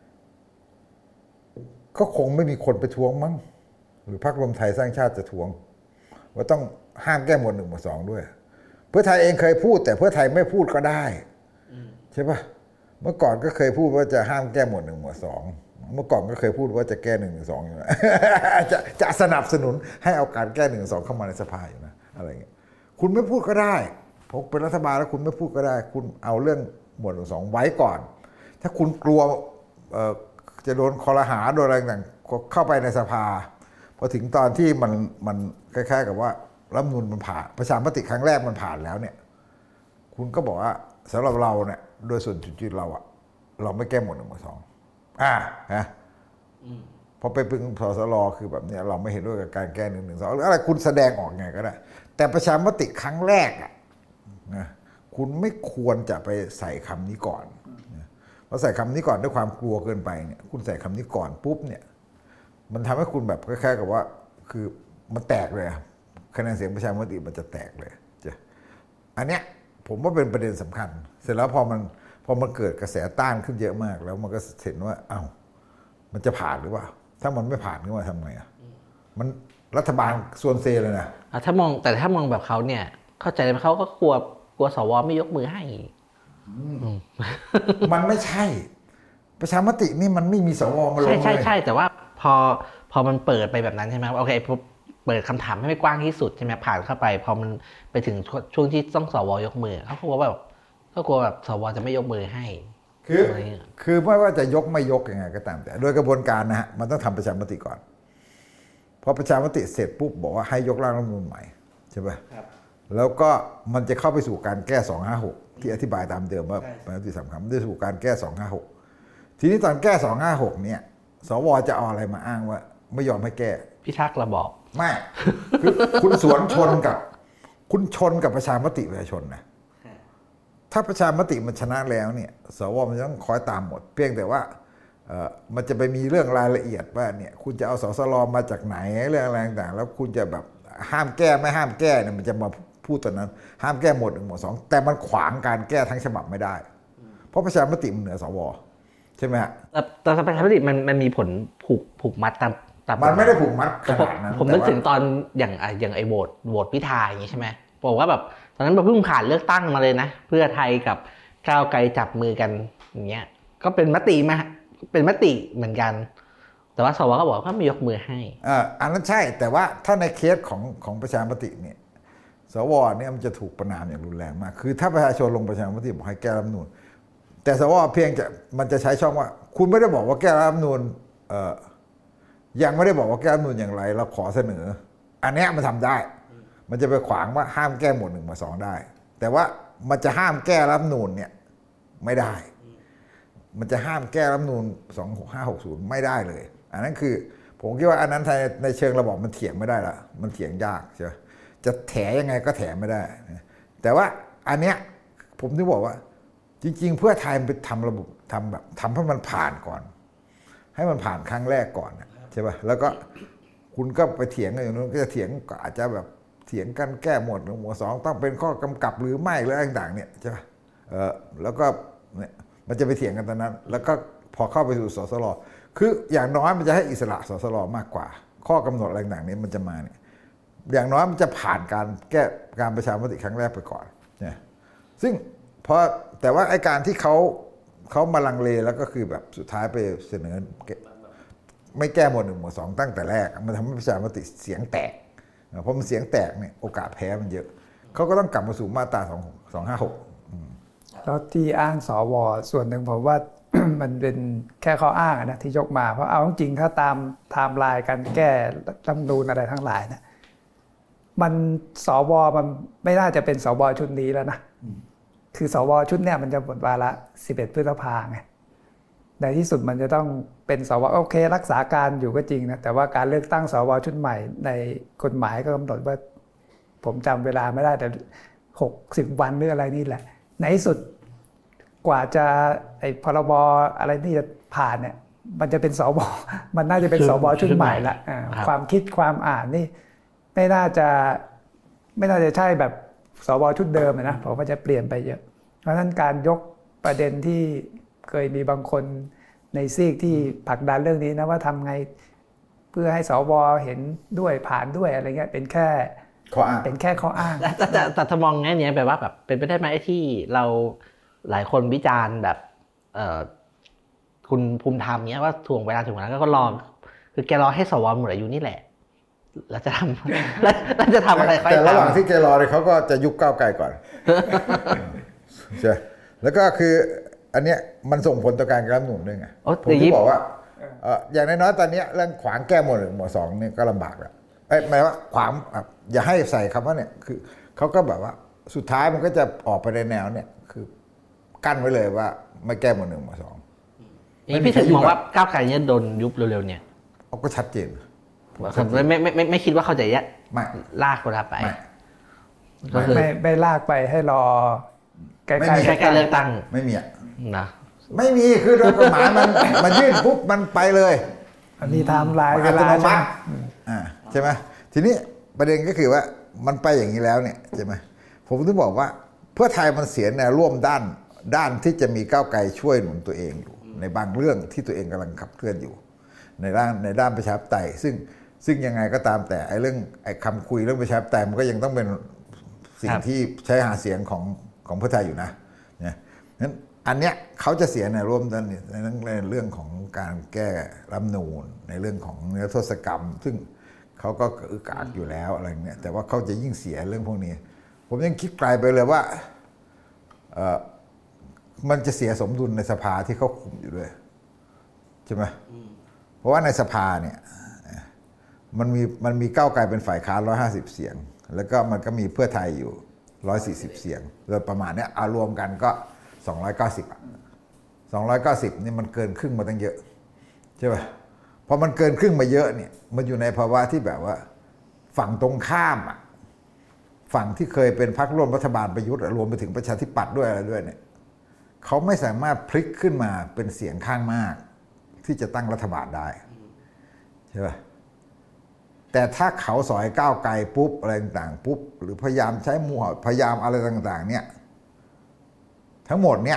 ก็คงไม่มีคนไปทวงมั้งหรือพรรครวมไทยสร้างชาติจะทวงว่าต้องห้ามแก้หมวด 1 หมวด 2ด้วยเพื่อไทยเองเคยพูดแต่เพื่อไทยไม่พูดก็ได้ใช่ปะเมื่อก่อนก็เคยพูดว่าจะห้ามแก้หมวด 1 หมวด 2เมื่อก่อนก็เคยพูดว่าจะแก้1 1 2อยู่นะจะสนับสนุนให้เอาการแก้1 1 2เข้ามาในสภาอยู่นะอะไรเงี้ยคุณไม่พูดก็ได้พอเป็นรัฐบาลแล้วคุณไม่พูดก็ได้คุณเอาเรื่องหมวด 1 2ไว้ก่อนถ้าคุณกลัวจะโดนคอรหาโดนอะไรต่างเข้าไปในสภาพอถึงตอนที่มันคล้ายๆกับว่ารัฐธรรมนูญมันผ่านประชามติครั้งแรกมันผ่านแล้วเนี่ยคุณก็บอกว่าสำหรับเราเนี่ยโดยส่วนจุดเราไม่แก้หมวด 1 หมวด 2นะพอไปพึ่งสสรคือแบบนี้เราไม่เห็นด้วยกับการแก้1 1 2หรืออะไรคุณแสดงออกไงก็ได้แต่ประชามติครั้งแรกนะคุณไม่ควรจะไปใส่คำนี้ก่อนพอใส่คำนี้ก่อนด้วยความกลัวเกินไปเนี่ยคุณใส่คำนี้ก่อนปุ๊บเนี่ยมันทำให้คุณแบบคล้ายๆกับว่าคือมันแตกเลยคะแนนเสียงประชามติมันจะแตกเลยอันเนี้ยผมว่าเป็นประเด็นสำคัญเสร็จแล้วพอมันเกิดกระแสต้านขึ้นเยอะมากแล้วมันก็เห็นว่าอ้าวมันจะผ่านหรือเปล่าถ้ามันไม่ผ่านขึ้นมาทำไงมันรัฐบาลส่วนเซเลยนะถ้ามองแบบเขาเนี่ยเข้าใจไหมเขาก็กลัวสวไม่ยกมือให้มันไม่ใช่ประชามตินี่มันไม่มีสวมาลงเลยใช่แต่ว่าพอมันเปิดไปแบบนั้นใช่ไหมโอเคเปิดคำถามให้ไม่กว้างที่สุดใช่ไหมผ่านเข้าไปพอมันไปถึงช่วงที่ต้องสวยกมือเขากลัวแบบสวจะไม่ยกมือให้คือไม่ว่าจะยกไม่ยกยังไงก็ตามแต่โดยกระบวนการนะฮะมันต้องทำประชามติก่อนพอประชามติเสร็จปุ๊บบอกว่าให้ยกร่างรัฐธรรมนูญใหม่ใช่ไหมแล้วก็มันจะเข้าไปสู่การแก้256ที่อธิบายตามเดิมว่าประชามติสำคัญมันจะสู่การแก้256ทีนี้ตอนแก้256เนี่ยสวจะเอาอะไรมาอ้างว่าไม่ยอมให้แก้พิทักษ์ระบอบไม่คือคุณสวนชนกับคุณชนกับประชามติประชาชนนะถ้าประชามติมันชนะแล้วเนี่ยสวมันต้องคอยตามหมดเพียงแต่ว่ามันจะไปมีเรื่องรายละเอียดว่าเนี่ยคุณจะเอาสสรมาจากไหนเรื่องอะไรต่างๆแล้วคุณจะแบบห้ามแก้ไม่ห้ามแก้เนี่ยมันจะมาพูดตอนนั้นห้ามแก้หมวด 1 หมวด 2แต่มันขวางการแก้ทั้งฉบับไม่ได้เพราะประชามติมันเหนือสวใช่ไหมฮะแต่ประชามติมันมีผลผูกมัดตามมันไม่ได้ผูกมัดขนาดนั้นผมนึกถึงตอนอย่างไอ้โหวตพิธาอย่างนี้ใช่ไหมบอกว่าแบบตอนนั้นเราเพิ่งผ่านเลือกตั้งมาเลยนะเพื่อไทยกับก้าวไกลจับมือกันอย่างเงี้ยก็เป็นมติมาเป็นมติเหมือนกันแต่ว่าสวก็บอกว่าไม่ยกมือให้อันนั้นใช่แต่ว่าถ้าในเคสของประชามติเนี่ยสวเนี่ยมันจะถูกประณามอย่างรุนแรงมากคือถ้าประชาชนลงประชามติบอกให้แก้รัฐธรรมนูญแต่สวเพียงมันจะใช้ช่องว่าคุณไม่ได้บอกว่าแก้รัฐธรรมนูญยังไม่ได้บอกว่าแก้รัฐธรรมนูญอย่างไรเราขอเสนออันนี้มันทำได้มันจะไปขวางว่าห้ามแก้หมวด 1 หมวด 2ได้แต่ว่ามันจะห้ามแก้รัฐธรรมนูญเนี่ยไม่ได้มันจะห้ามแก้รัฐธรรมนูญ2560ไม่ได้เลยอันนั้นคือผมคิดว่าอันนั้นในเชิงระบอบมันเถียงไม่ได้ละมันเถียงยากใช่ไหมจะแถยังไงก็แถไม่ได้แต่ว่าอันเนี้ยผมถึงบอกว่าจริงๆเพื่อไทยมันไปทำระบบทำให้มันผ่านก่อนให้มันผ่านครั้งแรกก่อนใช่ป่ะแล้วก็คุณก็ไปเถียงกันอย่างนู้นก็จะเถียงก็อาจจะแบบเถียงกันแก้หมวด 1 หมวด 2ต้องเป็นข้อกำกับหรือไม่หรืออะไรต่างๆเนี่ยใช่ป่ะแล้วก็เนี่ยมันจะไปเถียงกันตอนนั้นแล้วก็พอเข้าไปสู่สสรคืออย่างน้อยมันจะให้อิสระสสรมากกว่าข้อกำหนดอะไรต่างๆนี้มันจะมาเนี่ยอย่างน้อยมันจะผ่านการแก้การประชามติครั้งแรกไปก่อนเนี่ยซึ่งแต่ว่าไอ้การที่เขามาลังเลแล้วก็คือแบบสุดท้ายไปเสนอไม่แก้หมวด 1 หมวด 2ตั้งแต่แรกมันทำให้ประชามติเสียงแตกเพราะมันเสียงแตกเนี่ยโอกาสแพ้มันเยอะเขาก็ต้องกลับมาสู่มาตรา256 แล้วที่อ้างสวส่วนหนึ่งผมว่า มันเป็นแค่ข้ออ้างนะที่ยกมาเพราะเอาจริงถ้าตามไทม์ไลน์การแก้รัฐธรรมนูญอะไรทั้งหลายนะมันสวมันไม่น่าจะเป็นสวชุดนี้แล้วนะคือสวชุดเนี้ยมันจะหมดวาระ11 พฤษภาคมไงในที่สุดมันจะต้องเป็นสวโอเครักษาการอยู่ก็จริงนะแต่ว่าการเลือกตั้งสวชุดใหม่ในกฎหมายก็กำหนดว่าผมจำเวลาไม่ได้แต่60 วันหรืออะไรนี่แหละในที่สุดกว่าจะไอ้พรบอะไรนี่จะผ่านเนี่ยมันจะเป็นสวมันน่าจะเป็นสวชุดใหม่ละความคิดความอ่านนี่ไม่น่าจะใช่แบบสวชุดเดิมนะผมว่าจะเปลี่ยนไปเยอะเพราะฉะนั้นการยกประเด็นที่เคยมีบางคนในซีกที่ผลักดันเรื่องนี้นะว่าทำไงเพื่อให้สวเห็นด้วยผ่านด้วยอะไรเงี้ยเป็นแค่ข้ออ้างแต่ถ้ามองงี้เนี่ยแปลว่าแบบเป็นไปได้ไหมที่เราหลายคนวิจารณ์แบบคุณภูมิธรรมเนี้ยว่าถ่วงเวลาถึงวันนั้นก็รอคือแกรอให้สวหมดอายุนี่แหละแล้วจะทำแล้วจะทำอะไรแต่ระหว่างที่แกรอเนี่ยเขาก็จะยุบก้าวไกลก่อนใช่แล้วก็คืออันเนี้ยมันส่งผลต่อการแก้รัฐธรรมนูญด้วยไงผมที่บอกว่าอย่างน้อยๆตอนนี้เรื่องขวางแก้หมวด 1 หมวด 2เนี่ยก็ลำบากแล้วหมายว่าขวางอย่าให้ใส่คำว่าเนี่ยคือเขาก็แบบว่าสุดท้ายมันก็จะออกไปในแนวเนี่ยคือกั้นไว้เลยว่าไม่แก้หมวด 1 หมวด 2 นี่พี่ถึงมองว่าก้าวไกลเนี่ยโดนยุบเร็วๆเนี่ยก็ชัดเจนไม่คิดว่าเขาจะลากคนไปไม่ลากไปให้รอใกล้เลือกตั้งไม่มีนะไม่มีคือโดยกฎหมายมันยื่นปุ๊บมันไปเลยมีไทม์ไลน์เวลาใช่ไหมทีนี้ประเด็นก็คือว่ามันไปอย่างนี้แล้วเนี่ยใช่ไหมผมถึงบอกว่าเพื่อไทยมันเสียแนวร่วมด้านที่จะมีก้าวไกลช่วยหนุนตัวเองอยู่ในบางเรื่องที่ตัวเองกำลังขับเคลื่อนอยู่ในด้านประชาธิปไตยซึ่งยังไงก็ตามแต่ไอ้เรื่องไอ้คำคุยเรื่องประชาธิปไตยมันก็ยังต้องเป็นสิ่งที่ใช้หาเสียงของเพื่อไทยอยู่นะเนี่ยนั้นอันเนี้ยเขาจะเสียในร่วมในเรื่องของการแก้รัฐธรรมนูญในเรื่องของนิรโทษกรรมซึ่งเขาก็อึกอักอยู่แล้วอะไรเงี้ยแต่ว่าเขาจะยิ่งเสียเรื่องพวกนี้ผมยังคิดไกลไปเลยว่ามันจะเสียสมดุลในสภาที่เขาคุมอยู่ด้วยใช่ไหมเพราะว่าในสภาเนี่ยมันมีก้าวไกลเป็นฝ่ายค้าน150 เสียงแล้วก็มันก็มีเพื่อไทยอยู่140 เสียงโดยประมาณนี้รวมกันก็290นี่มันเกินครึ่งมาตั้งเยอะใช่ป่ะพอมันเกินครึ่งมาเยอะเนี่ยมันอยู่ในภาวะที่แบบว่าฝั่งตรงข้ามอ่ะฝั่งที่เคยเป็นพรรคร่วมรัฐบาลประยุทธ์รวมไปถึงประชาธิปัตย์ด้วยอะไรด้วยเนี่ยเขาไม่สามารถพลิกขึ้นมาเป็นเสียงข้างมากที่จะตั้งรัฐบาลได้ใช่ป่ะแต่ถ้าเขาสอยก้าวไกลปุ๊บอะไรต่างๆปุ๊บหรือพยายามใช้มั่วพยายามอะไรต่างๆเนี่ยทั้งหมดเนี่ย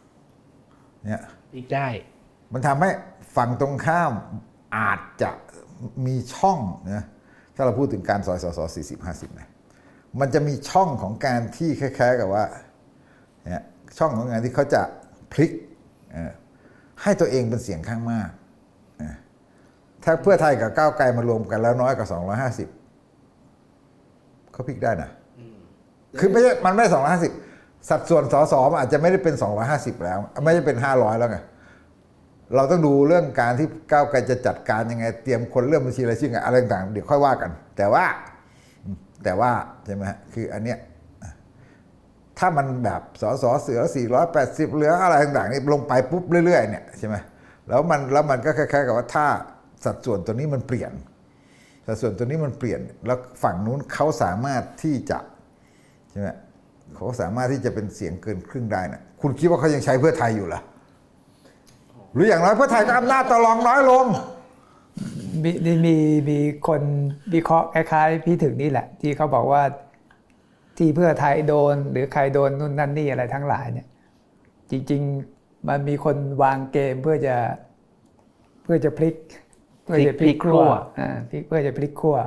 อีกได้มันทำให้ฝั่งตรงข้ามอาจจะมีช่องนะถ้าเราพูดถึงการสอยสส40-50นะมันจะมีช่องของการที่คล้ายๆกับว่าเนี่ยช่องของการที่เขาจะพลิกให้ตัวเองเป็นเสียงข้างมากถ้าเพื่อไทยกับก้าวไกลมารวมกันแล้วน้อยกว่า250เขาพลิกได้นะคือไม่ใช่มันไม่250สัดส่วนสสมันอาจจะไม่ได้เป็น250แล้วไม่ได้เป็น500แล้วไงเราต้องดูเรื่องการที่ก้าวไกลจะจัดการยังไงเตรียมคนเรื่องบัญชีรายชื่ออะไรต่างๆเดี๋ยวค่อยว่ากันแต่ว่าใช่ไหมคืออันเนี้ยถ้ามันแบบสสเสือ480เหลืออะไรต่างๆนี่ลงไปปุ๊บเรื่อยๆเนี่ยใช่ไหมแล้วมันก็คล้ายๆกับว่าถ้าสัดส่วนตัวนี้มันเปลี่ยนสัดส่วนตัวนี้มันเปลี่ยนแล้วฝั่งนู้นเขาสามารถที่จะใช่ไหมเขาสามารถที่จะเป็นเสียงเกินครึ่งได้นะคุณคิดว่าเขายังใช้เพื่อไทยอยู่เหรอหรืออย่างน้อยเพื่อไทยก็อำนาจต่อรองน้อยลงมีคนวิเคราะห์คล้ายๆพี่ถึงนี่แหละที่เขาบอกว่าที่เพื่อไทยโดนหรือใครโดนนู่นนั่นนี่อะไรทั้งหลายเนี่ยจริงๆมันมีคนวางเกมเพื่อจะพลิกเพื่อจะพลิกขั้วเพื่อจะพลิกขั้ว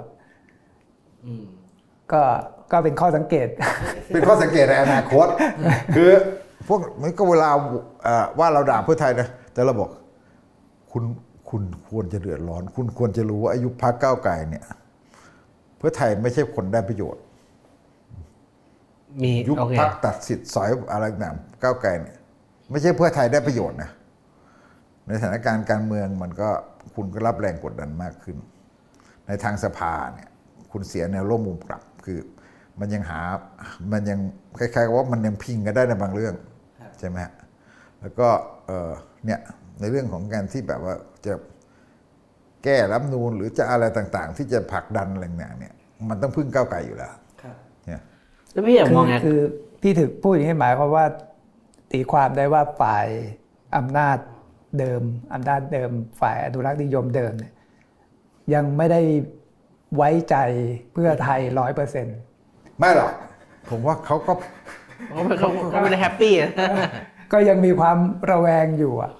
ก็เป็นข้อสังเกตเป็นข้อสังเกตในอนาคตคือพวกมันก็เวลาว่าเราด่าเพื่อไทยนะแต่เราบอกคุณควรจะเดือดร้อนคุณควรจะรู้ว่าอายุพรรคก้าวไกลเนี่ยเพื่อไทยไม่ใช่คนได้ประโยชน์ยุบพรรคตัดสิทธิ์สอยอะไรต่างก้าวไกลเนี่ยไม่ใช่เพื่อไทยได้ประโยชน์นะในสถานการณ์การเมืองมันก็คุณก็รับแรงกดดันมากขึ้นในทางสภาเนี่ยคุณเสียแนวร่วมมุมกลับคือมันยังคล้ายๆว่ามันยังพิงกันได้ในบางเรื่องใช่ไหมฮะแล้วก็เนี่ยในเรื่องของการที่แบบว่าจะแก้รัฐธรรมนูญหรือจะอะไรต่างๆที่จะผลักดันอะไรต่างๆเนี่ยมันต้องพึ่งก้าวไกลอยู่แล้วเนี่ยแล้วพี่อยากมองไงคือพี่ถึงพูดอย่างนี้หมายความว่าตีความได้ว่าฝ่ายอำนาจเดิมฝ่ายอนุรักษ์นิยมเดิมเนี่ยยังไม่ได้ไว้ใจเพื่อไทย 100% ไม่หรอกผมว่าเขาไม่ได้แฮปปี้ก็ยังมีความระแวงอยู่อ่ะ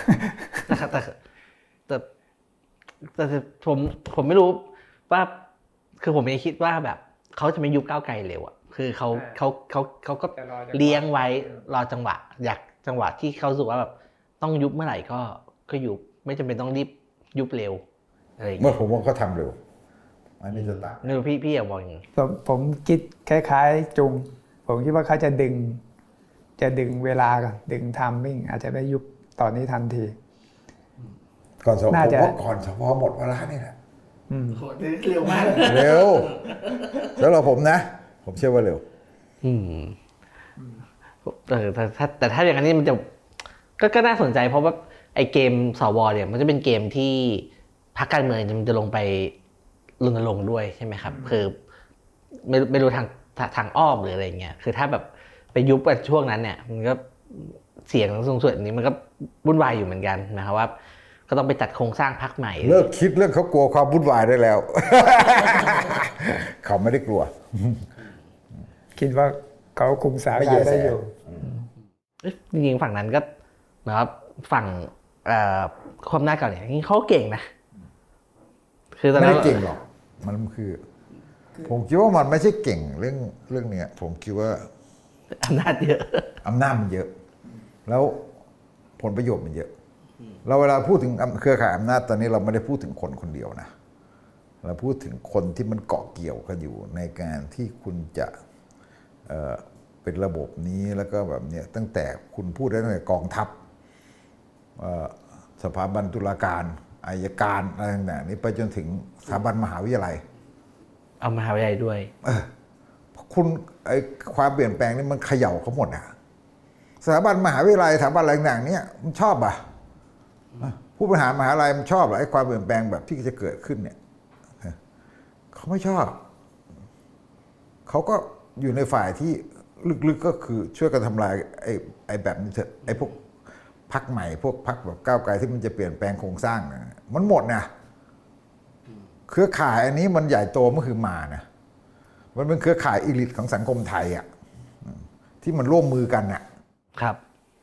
แต่ผมไม่รู้ว่าคือผมไม่คิดว่าแบบเขาจะไม่ยุบก้าวไกลเร็วอ่ะคือเขาก็เลี้ยงไว้รอจังหวะอยากจังหวะที่เขารู้สึกว่าแบบต้องยุบเมื่อไหร่ก็ยุบไม่จำเป็นต้องรีบยุบเร็วอะไรอย่างเงี้ยเมื่อผมว่าเขาทำเร็วอันนี้จะต่างพี่อยากบอกอย่างนี้ผมคิดคล้ายๆจุงผมคิดว่าเขาจะดึงเวลาก่อนดึงไทม์มิ่งอาจจะไม่ยุบตอนนี้ทันทีก่อนสพก่อนสพหมดเวลานี่แหละเร็วมากเร็วแล้วเราผมนะผมเชื่อว่าเร็วแต่ถ้าอย่างนี้มันจะก็น่าสนใจเพราะว่าไอ้เกมสวเนี่ยมันจะเป็นเกมที่พรรคการเมืองมันจะลงไปรณรงค์ด้วยใช่ไหมครับคือไม่รู้ทางอ้อมหรืออะไรเงี้ยคือถ้าแบบไปยุบกันช่วงนั้นเนี่ยมันก็เสียงสูงสุดนี้มันก็วุ่นวายอยู่เหมือนกันนะครับว่าก็ต้องไปจัดโครงสร้างพรรคใหม่เลิกคิดเรื่องเขากลัวความวุ่นวายได้แล้ว เขาไม่ได้กลัวคิดว่าเขาคุมสถานการณ์ได้อยู่จริงๆฝั่งนั้นก็นะครับฝั่งความน่าเก่าเนี่ยเขาเก่งนะคือไม่ได้เก่งหรอกมันคือผมคิดว่ามันไม่ใช่เก่งเรื่องนี้ผมคิดว่าอำนาจเยอะอำนาจมันเยอะแล้วผลประโยชน์มันเยอะเราเวลาพูดถึงเครือข่ายอำนาจตอนนี้เราไม่ได้พูดถึงคนเดียวนะเราพูดถึงคนที่มันเกาะเกี่ยวกันอยู่ในการที่คุณจะเป็นระบบนี้แล้วก็แบบนี้ตั้งแต่คุณพูดได้ตั้งแต่กองทัพสถาบันตุลาการอัยการอะไรต่างๆนี้ไปจนถึงสถาบันมหาวิทยาลัยเอามหาวิทยาลัยด้วยคุณไอ้ความเปลี่ยนแปลงนี่มันเขย่าเขาหมดอ่ะสถาบันมหาวิทยาลัยสถาบันอะไรต่างๆนี้มันชอบอ่ะผู้บริหารมหาวิทยาลัยมันชอบไอ้ความเปลี่ยนแปลงแบบที่จะเกิดขึ้นเนี่ยเขเขาไม่ชอบเขาก็อยู่ในฝ่ายที่ลึกๆก็คือช่วยกันทำลายไอ้แบบนี้เถอะไอ้พวกพรรคใหม่พวกพรรคแบบก้าวไกลที่มันจะเปลี่ยนแปลงโครงสร้างนะมันหมดนะเครือข่ายอันนี้มันใหญ่โตเมื่อคือมานะมันเป็นเครือข่ายอีลิทของสังคมไทยอ่ะที่มันร่วมมือกันน่ะครับ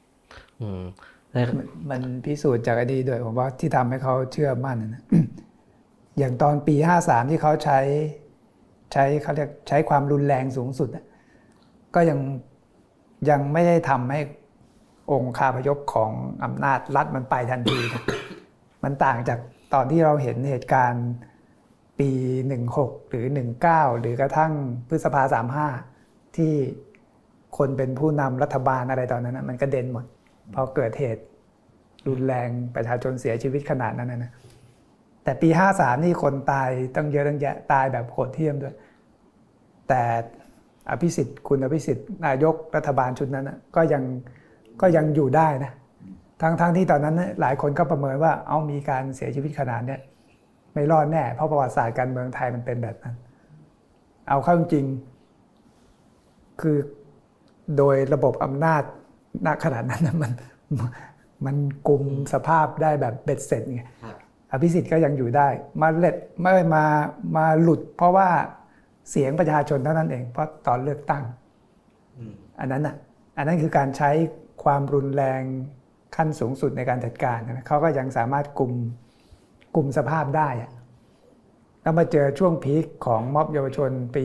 มันพิสูจน์จากอดีตด้วยผมว่าที่ทำให้เขาเชื่อมั่นนะ อย่างตอนปี53ที่เขาใช้เขาเรียกใช้ความรุนแรงสูงสุดก็ยังไม่ได้ทำให้องค์คาพยพของอำนาจรัฐมันไปทันทีนะมันต่างจากตอนที่เราเห็นเหตุการณ์ปี16หรือ19หรือกระทั่งพฤษภา35ที่คนเป็นผู้นำรัฐบาลอะไรตอนนั้นนะมันกระเด็นหมดพอเกิดเหตุรุนแรงประชาชนเสียชีวิตขนาดนั้นนะแต่ปี53นี่คนตายตั้งเยอะตั้งแยะตายแบบโหดเหี้ยมด้วยแต่คุณอภิสิทธิ์นายกรัฐบาลชุดนั้นนะก็ยังอยู่ได้นะทั้งที่ตอนนั้นหลายคนก็ประเมินว่ามีการเสียชีวิตขนาดนี้ไม่รอดแน่เพราะประวัติศาสตร์การเมืองไทยมันเป็นแบบนั้นเอาเข้าจริงคือโดยระบบอำนาจณขนาดนั้นนะมันกุมสภาพได้แบบเบ็ดเสร็จไงอภิสิทธิ์ก็ยังอยู่ได้มาหลุดเพราะว่าเสียงประชาชนเท่านั้นเองเพราะตอนเลือกตั้งอันนั้นคือการใช้ความรุนแรงขั้นสูงสุดในการจัดการนะเขาก็ยังสามารถกุมสภาพได้แล้วมาเจอช่วงพีคของม็อบเยาวชนปี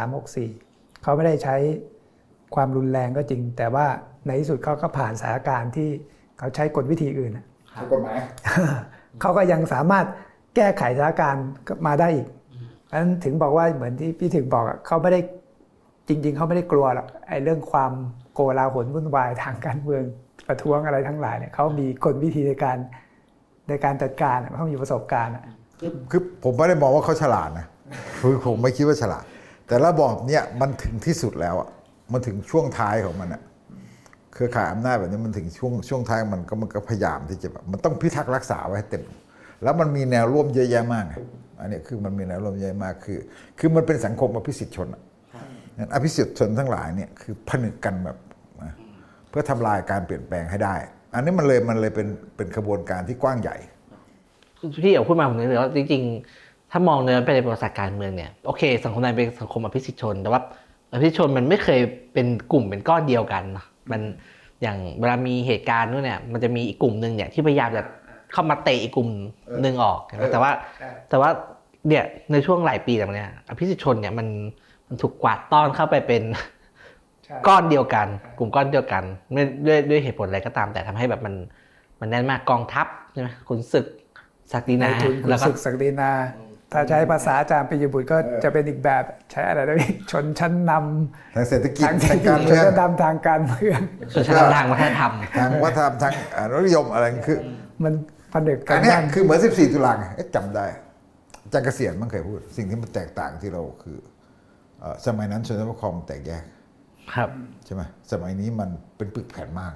63-64เขาไม่ได้ใช้ความรุนแรงก็จริงแต่ว่าในที่สุดเขาก็ผ่านสถานการณ์ที่เขาใช้กลวิธีอื่นกฎหมายเขาก็ยังสามารถแก้ไขสถานการณ์มาได้อีกนั้นถึงบอกว่าเหมือนที่พี่ถึงบอกเขาไม่ได้จริงๆเขาไม่ได้กลัวหรอกไอ้เรื่องความโกลาหลวุ่นวายทางการเมืองประท้วงอะไรทั้งหลายเนี่ยเขามีกลวิธีในการจัดการเขามีประสบการณ์คือผมไม่ได้มองว่าเขาฉลาดนะคือผมไม่คิดว่าฉลาดแต่ระบอบเนี่ยมันถึงที่สุดแล้วอ่ะมันถึงช่วงท้ายของมันอ่ะเครือข่ายอำนาจแบบนี้มันถึงช่วงท้ายมันก็พยายามที่จะแบบมันต้องพิทักษ์รักษาไว้ให้เต็มแล้วมันมีแนวร่วมเยอะแยะมากอันนี้คือมันมีแนวร่วมเยอะมากคือมันเป็นสังคมอภิสิทธิชนอภิสิทธิชนทั้งหลายเนี่ยคือผนึกกันแบบเพื่อทำลายการเปลี่ยนแปลงให้ได้อันนี้มันเลยเป็นขบวนการที่กว้างใหญ่พี่อยากพูดมาผมนึกถึงว่าจริงๆถ้ามองเนื้อไปในประวัติศาสตร์การเมืองเนี่ยโอเคสังคมไทยเป็นสังคมอภิสิทธิชนแต่ว่าอภิสิทธิชนมันไม่เคยเป็นกลุ่มเป็นก้อนเดียวกันมันอย่างเวลามีเหตุการณ์นู้นเนี่ยมันจะมีอีกกลุ่มนึงเนี่ยที่พยายามจะเข้ามาเตะอีกกลุ่มนึงออกแต่ว่าเนี่ยในช่วงหลายปีแบบนี้อภิสิทธิชนเนี่ยมันถูกกวาดต้อนเข้าไปเป็นก้อนเดียวกันกลุ่มก้อนเดียวกันด้วยเหตุผลอะไรก็ตามแต่ทำให้แบบมันแน่นมากกองทัพใช่ไหมขุนศึกศักดินาแล้วก็ศักดินาถ้าใช้ภาษาอาจารย์ปิยบุตรก็จะเป็นอีกแบบใช้อะไรนะชนชั้นนำทางเศรษฐกิจทางการเมืองชนชั้นนำทางการเมืองชนชั้นนำทางวัฒนธรรมทางวัฒนธรรมทางรสนิยมอะไรคือมันผนึกกันอันนี้คือเหมือน14 ตุลาจำได้อาจารย์เกษียณมันเคยพูดสิ่งที่มันแตกต่างที่เราคือสมัยนั้นชนชั้นปกครองแตกแยกครับใช่ไหมสมัยนี้มันเป็นปึกแผ่นมาก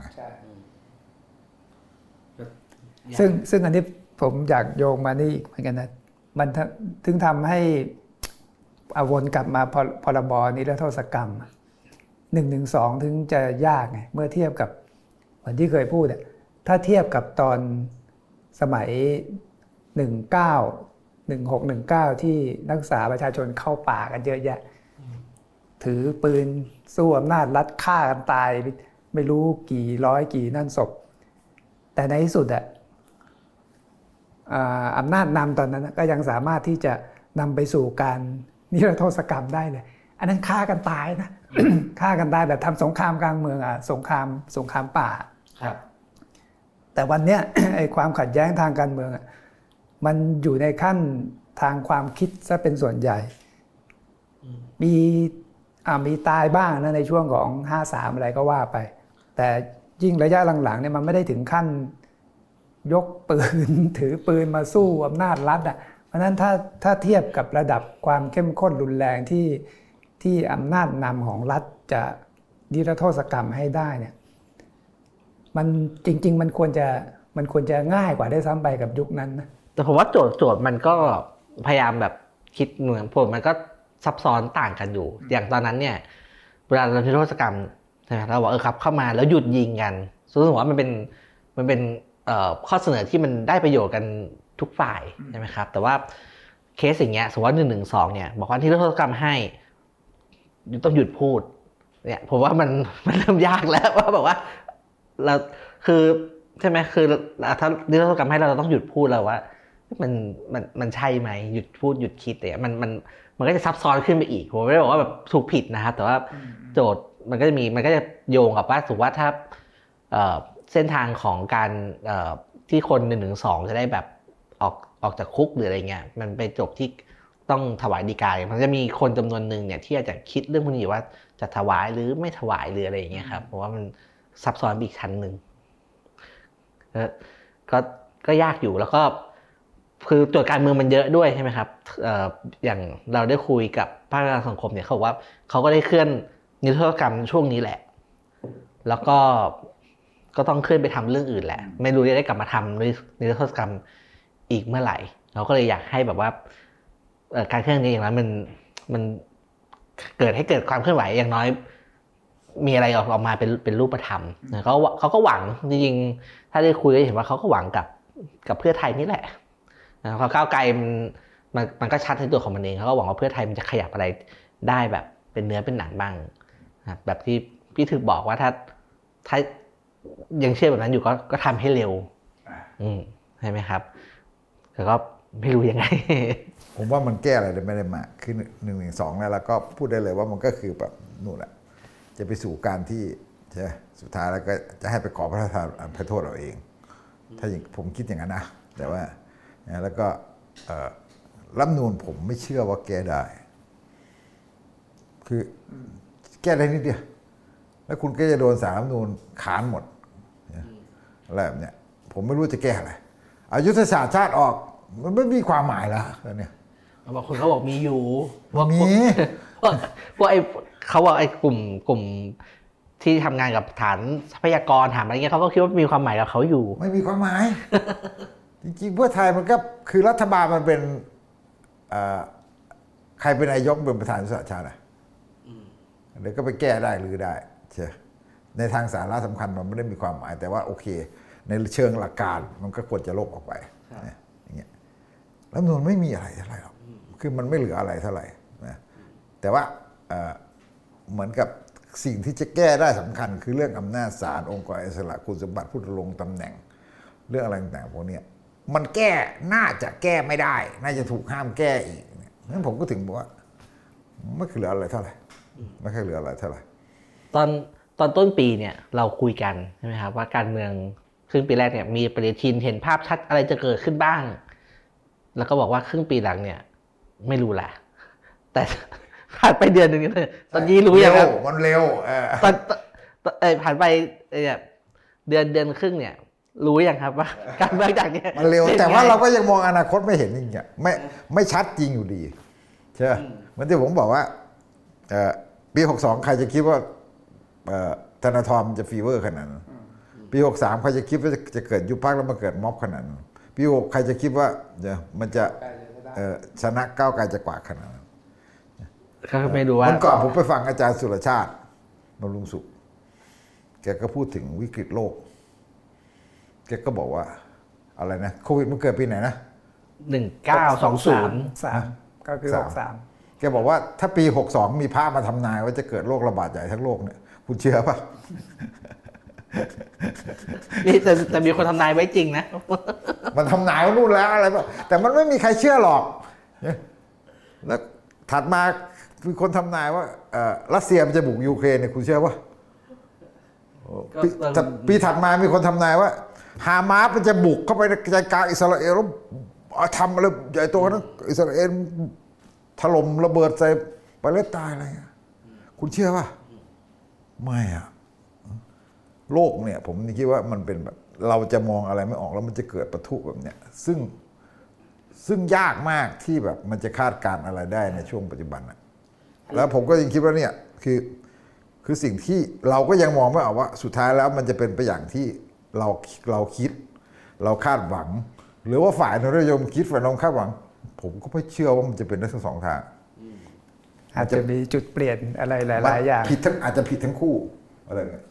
ซึ่งอันนี้ผมอยากโยงมานี่เหมือนกันนะมันถึงทำให้วนกลับมาพรบนิรโทษกรรม112ถึงจะยากไงเมื่อเทียบกับเหมือนที่เคยพูดถ้าเทียบกับตอนสมัย1619ที่นักศึกษาประชาชนเข้าป่ากันเยอะแยะถือปืนสู้อำนาจรัฐฆ่ากันตายไม่รู้กี่ร้อยกี่นั่นศพแต่ในที่สุดอำนาจนำตอนนั้นก็ยังสามารถที่จะนำไปสู่การนิรโทษกรรมได้เลยอันนั้นฆ่ากันตายนะ ฆ่ากันตายแบบทำสงครามกลางเมืองสงครามป่าครับแต่วันเนี้ย ไอ้ความขัดแย้งทางการเมืองมันอยู่ในขั้นทางความคิดซะเป็นส่วนใหญ่มีตายบ้างนะในช่วงของ53อะไรก็ว่าไปแต่ยิ่งระยะหลังๆเนี่ยมันไม่ได้ถึงขั้นยกปืนถือปืนมาสู้อำนาจรัฐเพราะนั้นถ้าเทียบกับระดับความเข้มข้นรุนแรงที่อำนาจนำของรัฐจะนิรโทษกรรมให้ได้เนี่ยมันจริงๆมันควรจะง่ายกว่าได้ซ้ำไปกับยุคนั้นนะแต่ผมว่าโจทย์มันก็พยายามแบบคิดเหมือนผลมันก็ซับซ้อนต่างกันอยู่อย่างตอนนั้นเนี่ยเวลาเรานิรโทษกรรมเราบอกครับเข้ามาแล้วหยุดยิงกันซึ่งว่ามันเป็นข้อเสนอที่มันได้ประโยชน์กันทุกฝ่ายใช่ไหมครับแต่ว่าเคสอย่างเงี้ยสมมติว่า112เนี่ยบอกว่านิรโทษกรรมให้ต้องหยุดพูดเนี่ยผมว่ามันเริ่มยากแล้วว่าแบบว่าเราคือใช่ไหมคือถ้านิรโทษกรรมให้เราต้องหยุดพูดแล้วว่ามันใช่ไหมหยุดพูดหยุดคิดเนี่ยมันก็จะซับซ้อนขึ้นไปอีกผมไม่ได้บอกว่าแบบถูกผิดนะครับแต่ว่าโจทย์มันก็จะโยงกับว่าสมมติว่าถ้าเส้นทางของการที่คน112จะได้แบบออกจากคุกหรืออะไรเงี้ยมันไปจบที่ต้องถวายฎีกามันจะมีคนจำนวนหนึ่งเนี่ยที่อาจจะคิดเรื่องพวกนี้ว่าจะถวายหรือไม่ถวายหรืออะไรอย่างเงี้ยครับเพราะว่ามันซับซ้อนอีกชั้นหนึ่งก็ยากอยู่แล้วก็คือโจทย์การเมืองมันเยอะด้วยใช่ไหมครับอย่างเราได้คุยกับภาคการสังคมเนี่ยเขาบอกว่าเขาก็ได้เคลื่อนนิรโทษกรรมช่วงนี้แหละแล้วก็ต้องเคลื่อนไปทำเรื่องอื่นแหละไม่รู้จะได้กลับมาทำนิรโทษกรรมอีกเมื่อไหร่เราก็เลยอยากให้แบบว่าการเคลื่อนนี้อย่างนั้นมันเกิดความเคลื่อนไหวอย่างน้อยมีอะไรออกมาเป็นรูปธรรมเขาก็หวังจริงๆถ้าได้คุยก็เห็นว่าเขาก็หวังกับเพื่อไทยนี่แหละเพราะก้าวไกลมันก็ชัดในตัวของมันเองเขาก็หวังว่าเพื่อไทยมันจะขยับอะไรได้แบบเป็นเนื้อเป็นหนังบ้างแบบที่พี่ถึกบอกว่าถ้ายังเชื่อแบบนั้นอยู่ก็ทำให้เร็วใช่ไหมครับแต่ก็ไม่รู้ยังไงผมว่ามันแก้อะไรไม่ได้มากคือ112แล้วก็พูดได้เลยว่ามันก็คือแบบนู่นแหละจะไปสู่การที่ใช่สุดท้ายแล้วก็จะให้ไปขอพระราชทานอภัยโทษเราเองถ้าอย่างผมคิดอย่างนั้นนะแต่ว่าแล้วก็รัฐธรรมนูญผมไม่เชื่อว่าแก้ได้คือแก้ได้นิดเดียวแล้วคุณก็จะโดนศาลรัฐธรรมนูญขานหมดอะไรแบบเนี้ยผมไม่รู้จะแก้อะไรยุทธศาสตร์ชาติออกมันไม่มีความหมายแล้วเนี่ยบางคนเขาบอกมีอยู่มีพวกเขาบอกกลุ่มที่ทำงานกับฐานทรัพยากรถามอะไรเงี้ยเขาก็คิดว่ามีความหมายกับเขาอยู่ไม่มีความหมายจริงๆเพื่อไทยมันก็คือรัฐบาลมันเป็นใครเป็นนายกเป็นประธานยุทธศาสตร์ชาติเดี๋ยวก็ไปแก้ได้หรือได้ใช่ในทางสาระสำคัญมันไม่ได้มีความหมายแต่ว่าโอเคในเชิงหลักการมันก็ควรจะลบออกไปอย่างเงี้ยรัฐธรรมนูญไม่มีอะไรเท่าไหร่หรอกคือมันไม่เหลืออะไรเท่าไหร่นะแต่ว่าเหมือนกับสิ่งที่จะแก้ได้สำคัญคือเรื่องอำนาจศาลองค์กรอิสระคุณสมบัติผู้ดำรงตำแหน่งเรื่องอะไรต่างๆพวกนี้มันแก้น่าจะแก้ไม่ได้น่าจะถูกห้ามแก้อีกนั้นผมก็ถึงบอกว่าไม่เหลืออะไรเท่าไหร่ไม่เหลืออะไรเท่าไหร่ตอนต้นปีเนี่ยเราคุยกันใช่ไหมครับว่าการเมืองครึ่งปีแรกเนี่ยมีปฏิทินเห็นภาพชัดอะไรจะเกิดขึ้นบ้างแล้วก็บอกว่าครึ่งปีหลังเนี่ยไม่รู้แหละแต่ผ่านไปเดือนนึงเนี่ยตอนนี้รู้ยังครับมันเร็วตอนผ่านไปเนี่ยเดือนครึ่งเนี่ยรู้ยังครับว่าการเมืองจากนี้มันเร็วแต่ว่าเราก็ยังมองอนาคตไม่เห็นจริงๆไม่ชัดจริงอยู่ดีใช่เหมือนที่ผมบอกว่าปี62ใครจะคิดว่าธนาธรจะฟีเวอร์ขนาดนั้นปี63ใครจะคิดว่าจะเกิดยุบพรรคแล้วมาเกิดม็อบขนาดนั้นปี6ใครจะคิดว่ามันจะชนะก้าวไกลจะกว่าขนาดนั้นก็ไม่รู้ว่าวันก่อนผมไปฟังอาจารย์สุรชาติบำรุงสุขแกก็พูดถึงวิกฤตโลกแกก็บอกว่าอะไรนะโควิดมันเกิดปีไหนนะ 1920 ก็คือ63 แกบอกว่าถ้าปี62มีพระมาทำนายว่าจะเกิดโรคระบาดใหญ่ทั้งโลกเนี่ยคุณเชื่อป่ะนี่จะมีคนทำนายไว้จริงนะมันทำนายว่านู่นแล้วอะไรป่ะแต่มันไม่มีใครเชื่อหรอกแล้วถัดมามีคนทำนายว่ารัสเซียมันจะบุกยูเครนเนี่ยคุณเชื่อป่ะปีถัดมามีคนทำนายว่าฮามาสมันจะบุกเข้าไปในใจกลางอิสราเอลแล้วทำอะไรใหญ่โตนะอิสราเอลถล่มระเบิดใส่ปาเลสไตน์อะไรคุณเชื่อป่ะไม่อะโลกเนี่ยผมคิดว่ามันเป็นแบบเราจะมองอะไรไม่ออกแล้วมันจะเกิดปะทุแบบเนี้ยซึ่งยากมากที่แบบมันจะคาดการณ์อะไรได้ในช่วงปัจจุบันนะแล้วผมก็ยังคิดว่าเนี่ยคือสิ่งที่เราก็ยังมองไม่ออกว่าสุดท้ายแล้วมันจะเป็นไปอย่างที่เราคิดเราคาดหวังหรือว่าฝ่ายนโยบายคิดฝ่ายเราคาดหวังผมก็ไม่เชื่อว่ามันจะเป็นได้ทั้งสองทางอาจจะมีจุดเปลี่ยนอะไรหลายๆอย่างผิดทั้งอาจจะผิดทั้งคู่อะไรเงี้ย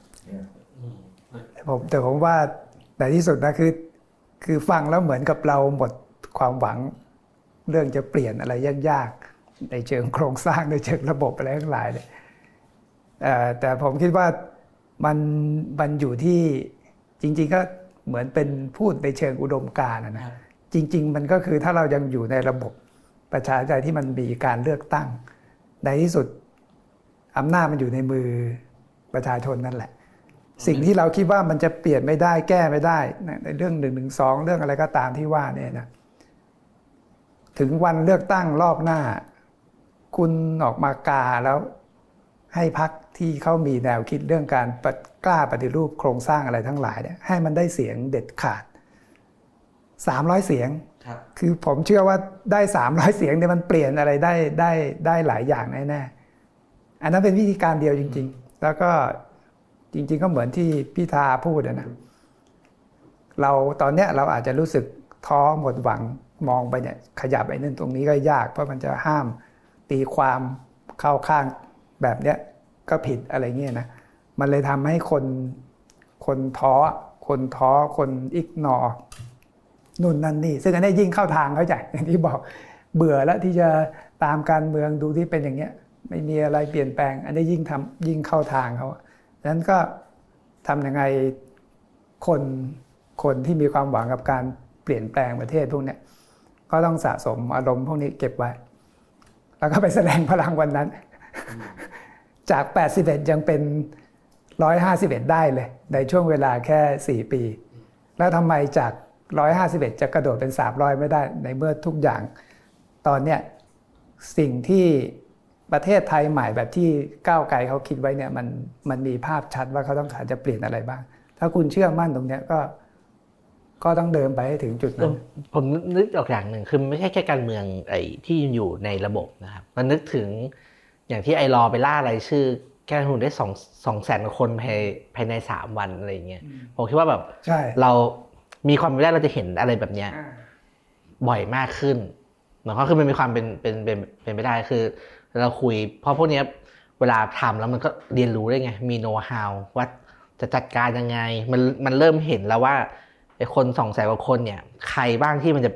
แต่ผมว่าในที่สุดนะคือฟังแล้วเหมือนกับเราหมดความหวังเรื่องจะเปลี่ยนอะไรยากๆในเชิงโครงสร้างในเชิงระบบอะไรทั้งหลายเลยแต่ผมคิดว่ามันอยู่ที่จริงๆก็เหมือนเป็นพูดในเชิงอุดมการณ์นะจริงๆมันก็คือถ้าเรายังอยู่ในระบบประชาธิปไตยที่มันมีการเลือกตั้งในที่สุดอำนาจมันอยู่ในมือประชาชนนั่นแหละสิ่งที่เราคิดว่ามันจะเปลี่ยนไม่ได้แก้ไม่ได้ในเรื่อง112เรื่องอะไรก็ตามที่ว่าเนี่ยนะถึงวันเลือกตั้งรอบหน้าคุณออกมากาแล้วให้พรรคที่เขามีแนวคิดเรื่องการกล้าปฏิรูปโครงสร้างอะไรทั้งหลายเนี่ยให้มันได้เสียงเด็ดขาด300เสียงคือผมเชื่อว่าได้300เสียงเนี่ยมันเปลี่ยนอะไรได้หลายอย่างแน่ๆอันนั้นเป็นวิธีการเดียวจริงๆแล้วก็จริงๆก็เหมือนที่พิธาพูดนะเราตอนเนี้ยเราอาจจะรู้สึกท้อหมดหวังมองไปเนี่ยขยับไอ้นั่นตรงนี้ก็ยากเพราะมันจะห้ามตีความเข้าข้างแบบเนี้ยก็ผิดอะไรเงี้ยนะมันเลยทำให้คนท้อคนอิกนอนู่นนั่นนี่ซึ่งอันนี้ยิ่งเข้าทางเขาใหญ่อย่างที่บอกเบื่อแล้วที่จะตามการเมืองดูที่เป็นอย่างเงี้ยไม่มีอะไรเปลี่ยนแปลงอันนี้ยิ่งเข้าทางเขาดังนั้นก็ทำยังไงคนที่มีความหวังกับการเปลี่ยนแปลงประเทศพวกเนี้ยก็ต้องสะสมอารมณ์พวกนี้เก็บไว้แล้วก็ไปแสดงพลังวันนั้นจาก81ยังเป็น151ได้เลยในช่วงเวลาแค่4ปีแล้วทำไมจาก151จะกระโดดเป็น300ไม่ได้ในเมื่อทุกอย่างตอนเนี้ยสิ่งที่ประเทศไทยใหม่แบบที่ก้าวไกลเขาคิดไว้เนี่ยมันมีภาพชัดว่าเขาต้องการจะเปลี่ยนอะไรบ้างถ้าคุณเชื่อมั่นตรงเนี้ยก็ต้องเดินไปให้ถึงจุดนั้นผมนึกออกอย่างหนึ่งคือไม่ใช่แค่การเมืองไอ้ที่อยู่ในระบบนะครับมันนึกถึงอย่างที่ไอรอไปล่ารายชื่อแก้รัฐธรรมนูญได้200,000 คนภายใน3 วันอะไรอย่างเงี้ยผมคิดว่าแบบเรามีความเป็นไปได้เราจะเห็นอะไรแบบเนี้ยบ่อยมากขึ้นเหมือนก็คือมันมีความเป็นไปได้คือเราคุยเพราะพวกนี้เวลาทำแล้วมันก็เรียนรู้ได้ไงมีโน้ตฮาวว่าจะจัดการยังไงมันเริ่มเห็นแล้วว่าไอ้คน200,000 กว่าคนเนี่ยใครบ้างที่มันจะ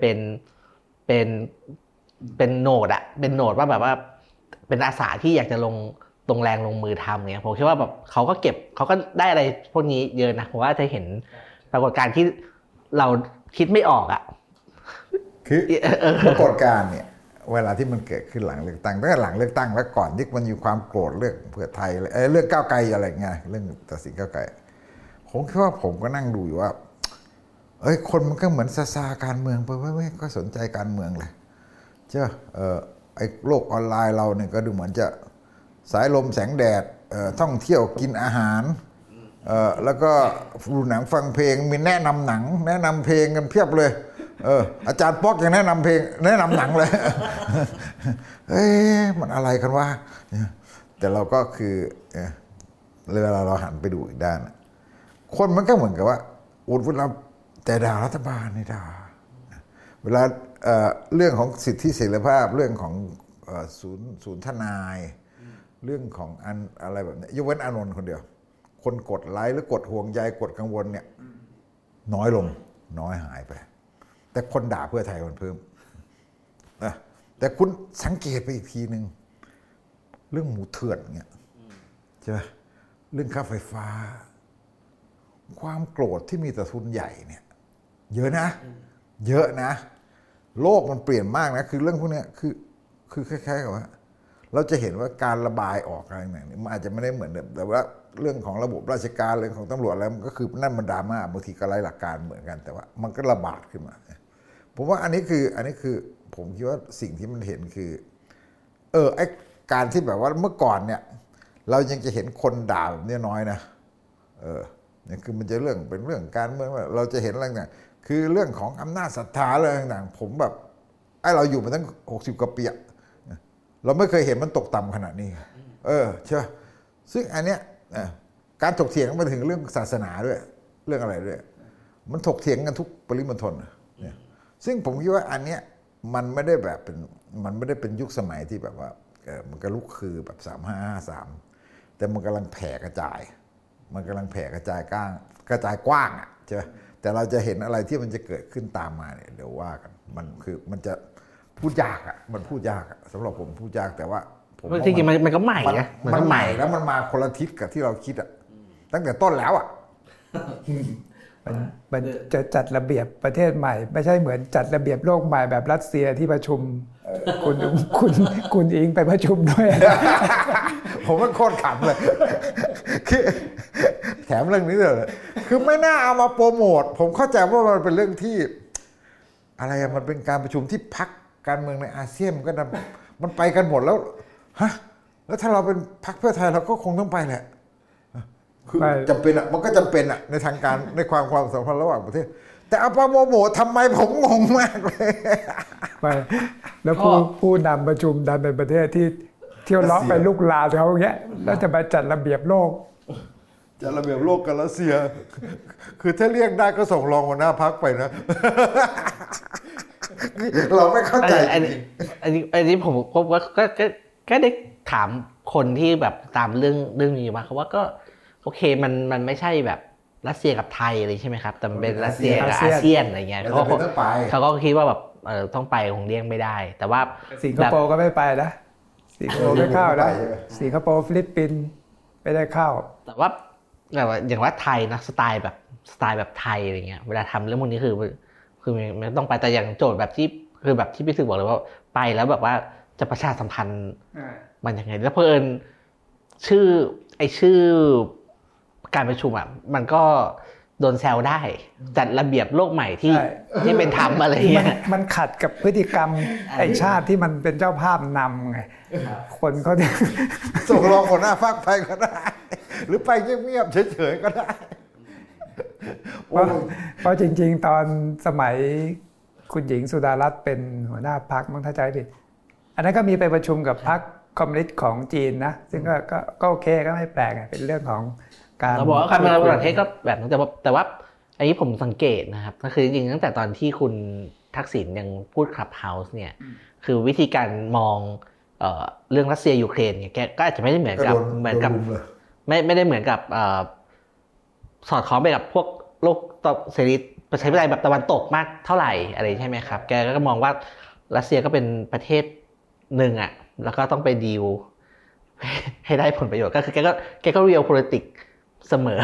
เป็นโหนดอะเป็นโหนดว่าแบบว่าเป็นอาสาที่อยากจะลงแรงลงมือทำเนี่ยผมคิดว่าแบบเขาก็ได้อะไรพวกนี้เยอะนะผมว่าจะเห็นปรากฏการณ์ที่เราคิดไม่ออกอะคือปรากฏการณ์เนี่ยเวลาที่มันเกิดขึ้นหลังเลือกตั้งตั้งแต่หลังเลือกตั้งแล้วก่อนที่มันมีความโกรธเรื่องเพื่อไทยเรื่องก้าวไกลอะไรเงี้ยเรื่องตัดสินก้าวไกลผมคิดว่าผมก็นั่งดูอยู่ว่าคนมันก็เหมือนซาการเมืองไปไม่ก็สนใจการเมืองเลยใช่ไอ้โลกออนไลน์เราเนี่ยก็ดูเหมือนจะสายลมแสงแดดท่องเที่ยวกินอาหารแล้วก็ดูหนังฟังเพลงมีแนะนำหนังแนะนำเพลงกันเพียบเลยอาจารย์ป๊อกยังแนะนำเพลงแนะนำหนังเลยมันอะไรกันวะแต่เราก็คือเวลาเราหันไปดูอีกด้านคนมันก็เหมือนกับว่าอุดวุฒิเราแต่ด่ารัฐบาลนี่ด่าเวลาเรื่องของสิทธิเสรีภาพเรื่องของศูนย์ทนายเรื่องของอะไรแบบนี้ยกเว้นอานนท์คนเดียวคนกดไลค์หรือกดห่วงใยกดกังวลเนี่ยน้อยลงน้อยหายไปแต่คนด่าเพื่อไทยมันเพิ่มแต่คุณสังเกตไปอีกทีนึงเรื่องหมูเถื่อนเนี่ยใช่ไหมเรื่องค่าไฟฟ้าความโกรธที่มีแต่ทุนใหญ่เนี่ยเยอะนะโลกมันเปลี่ยนมากนะคือเรื่องพวกนี้คือคล้ายๆกับว่าเราจะเห็นว่าการระบายออกอะไรอย่างนี้มันอาจจะไม่ได้เหมือนเดิมแต่ว่าเรื่องของระบบราชการเรื่องของตำรวจอะไรมันก็คือนั่นมันดราม่าบางทีก็ไร้หลักการเหมือนกันแต่ว่ามันก็ระบาดขึ้นมาผมว่าอันนี้คือผมคิดว่าสิ่งที่มันเห็นคือไอ้การที่แบบว่าเมื่อก่อนเนี่ยเรายังจะเห็นคนด่าแบบนี้น้อยนะเนี่ยคือมันจะเป็นเรื่องการเมืองเราจะเห็นอะไรต่างคือเรื่องของอำนาจศรัทธาอะไรต่างผมแบบเราอยู่มาตั้ง60 กว่าปีเราไม่เคยเห็นมันตกต่ำขนาดนี้ใช่ไหมซึ่งอันเนี้ยการถกเถียงมาถึงเรื่องศาสนาด้วยเรื่องอะไรด้วยมันถกเถียงกันทุกปริมณฑลเนี่ยซึ่งผมคิดว่าอันเนี้ยมันไม่ได้แบบเป็นมันไม่ได้เป็นยุคสมัยที่แบบว่ามันก็ลุกคือแบบ3553แต่มันกำลังแผ่กระจายมันกำลังแผ่กระจายกว้างอ่ะใช่ไหมแต่เราจะเห็นอะไรที่มันจะเกิดขึ้นตามมาเนี่ยเดี๋ยวว่ากันมันจะพูดยากอ่ะมันพูดยากอ่ะสำหรับผมพูดยากแต่ว่าผมจริงๆมันก็ใหม่นะมันใหม่แล้วมันมาคนละทิศกับที่เราคิดอ่ะตั้งแต่ต้นแล้วอ่ะมันจะจัดระเบียบประเทศใหม่ไม่ใช่เหมือนจัดระเบียบโลกใหม่แบบรัสเซียที่ประชุมคุณอิงไปประชุมด้วยผมมันโคตรขำเลยคือแถมเรื่องนี้เลยคือไม่น่าเอามาโปรโมทผมเข้าใจว่ามันเป็นเรื่องที่อะไรอะมันเป็นการประชุมที่พรรคการเมืองในอาเซียนมันไปกันหมดแล้วฮะแล้วถ้าเราเป็นพรรคเพื่อไทยเราก็คงต้องไปแหละคือจำเป็นอ่ะมันก็จำเป็นอ่ะในทางการในความสัมพันธ์ระหว่างประเทศแต่เอามาโปรโมททำไมผมงงมากเลยไม่แล้วผู้นำประชุมดันเป็นประเทศที่เที่ยวเลาะไปลุกลามเขาอย่างเงี้ยแล้วจะไปจัดระเบียบโลกจัดระเบียบโลกกับรัสเซียคือถ้าเรียกได้ก็ส่งรองหัวหน้าพรรคไปนะเราไม่เข้าใจอันนี้ผมก็ได้ถามคนที่แบบตามเรื่องนี้มาเขาว่าก็โอเคมันไม่ใช่แบบรัสเซียกับไทยอะไรใช่ไหมครับแต่มันเป็นรัสเซียกับอาเซียนอะไรเงี้ยเขาก็คิดว่าแบบต้องไปคงเลี่ยงไม่ได้แต่ว่าสิงคโปร์ก็ไม่ไปนะสิงคโปร์ไม่เข้านะสิงคโปร์ฟิลิปปินส์ไม่ได้เข้าแต่ว่าอย่างว่าไทยนะสไตล์แบบไทยอะไรเงี้ยเวลาทำเรื่องพวกนี้คือมันต้องไปแต่อย่างโจทย์แบบที่คือแบบที่พี่สึกบอกเลยว่าไปแล้วแบบว่าจะประชาสัมพันธ์มันยังไงแล้วเพิ่นชื่อการประชุมอ่ะมันก็โดนแซวได้จัดระเบียบโลกใหม่ที่เป็นธรรมอะไรเงี้ยมันขัดกับพฤติกรรมไอ้ชาติที่มันเป็นเจ้าภาพนำไงคนเขาจะส่งรองหัวหน้าพรรคไปก็ได้หรือไปเงียบๆเฉยๆก็ได้เพราะจริงๆตอนสมัยคุณหญิงสุดารัตน์เป็นหัวหน้าพรรคมั้งถ้าจำไม่ผิดอันนั้นก็มีไปประชุมกับพรรคคอมมิวนิสต์ของจีนนะซึ่งก็โอเคก็ไม่แปลกเป็นเรื่องของการเราบอกว่าการเมืองประเทศก็แบบนั้นแต่ว่าอันนี้ผมสังเกตนะครับก็คือจริงๆตั้งแต่ตอนที่คุณทักษิณยังพูดคลับเฮาส์เนี่ยคือวิธีการมองเรื่องรัสเซียยูเครนเนี่ยแกก็อาจจะไม่ได้เหมือนกับไม่ได้เหมือนกับสอดคล้องไปกับพวกโลกเสรีประชาธิปไตยแบบตะวันตกมากเท่าไหร่อะไรใช่ไหมครับแกก็มองว่ารัสเซียก็เป็นประเทศหนึ่งอ่ะแล้วก็ต้องไปดีลให้ได้ผลประโยชน์ก็คือแกก็เรียล politics เสมอ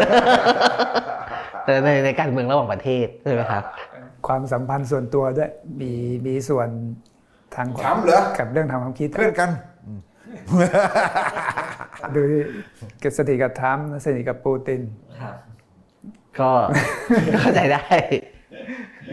แต่ในการเมืองระหว่างประเทศใช่ไหมครับความสัมพันธ์ส่วนตัวด้วยมีส่วนทางกับเรื่องทางความคิดเพื่อนกันดูสนิทกับทรัมป์สนิทกับปูตินก็เข้าใจได้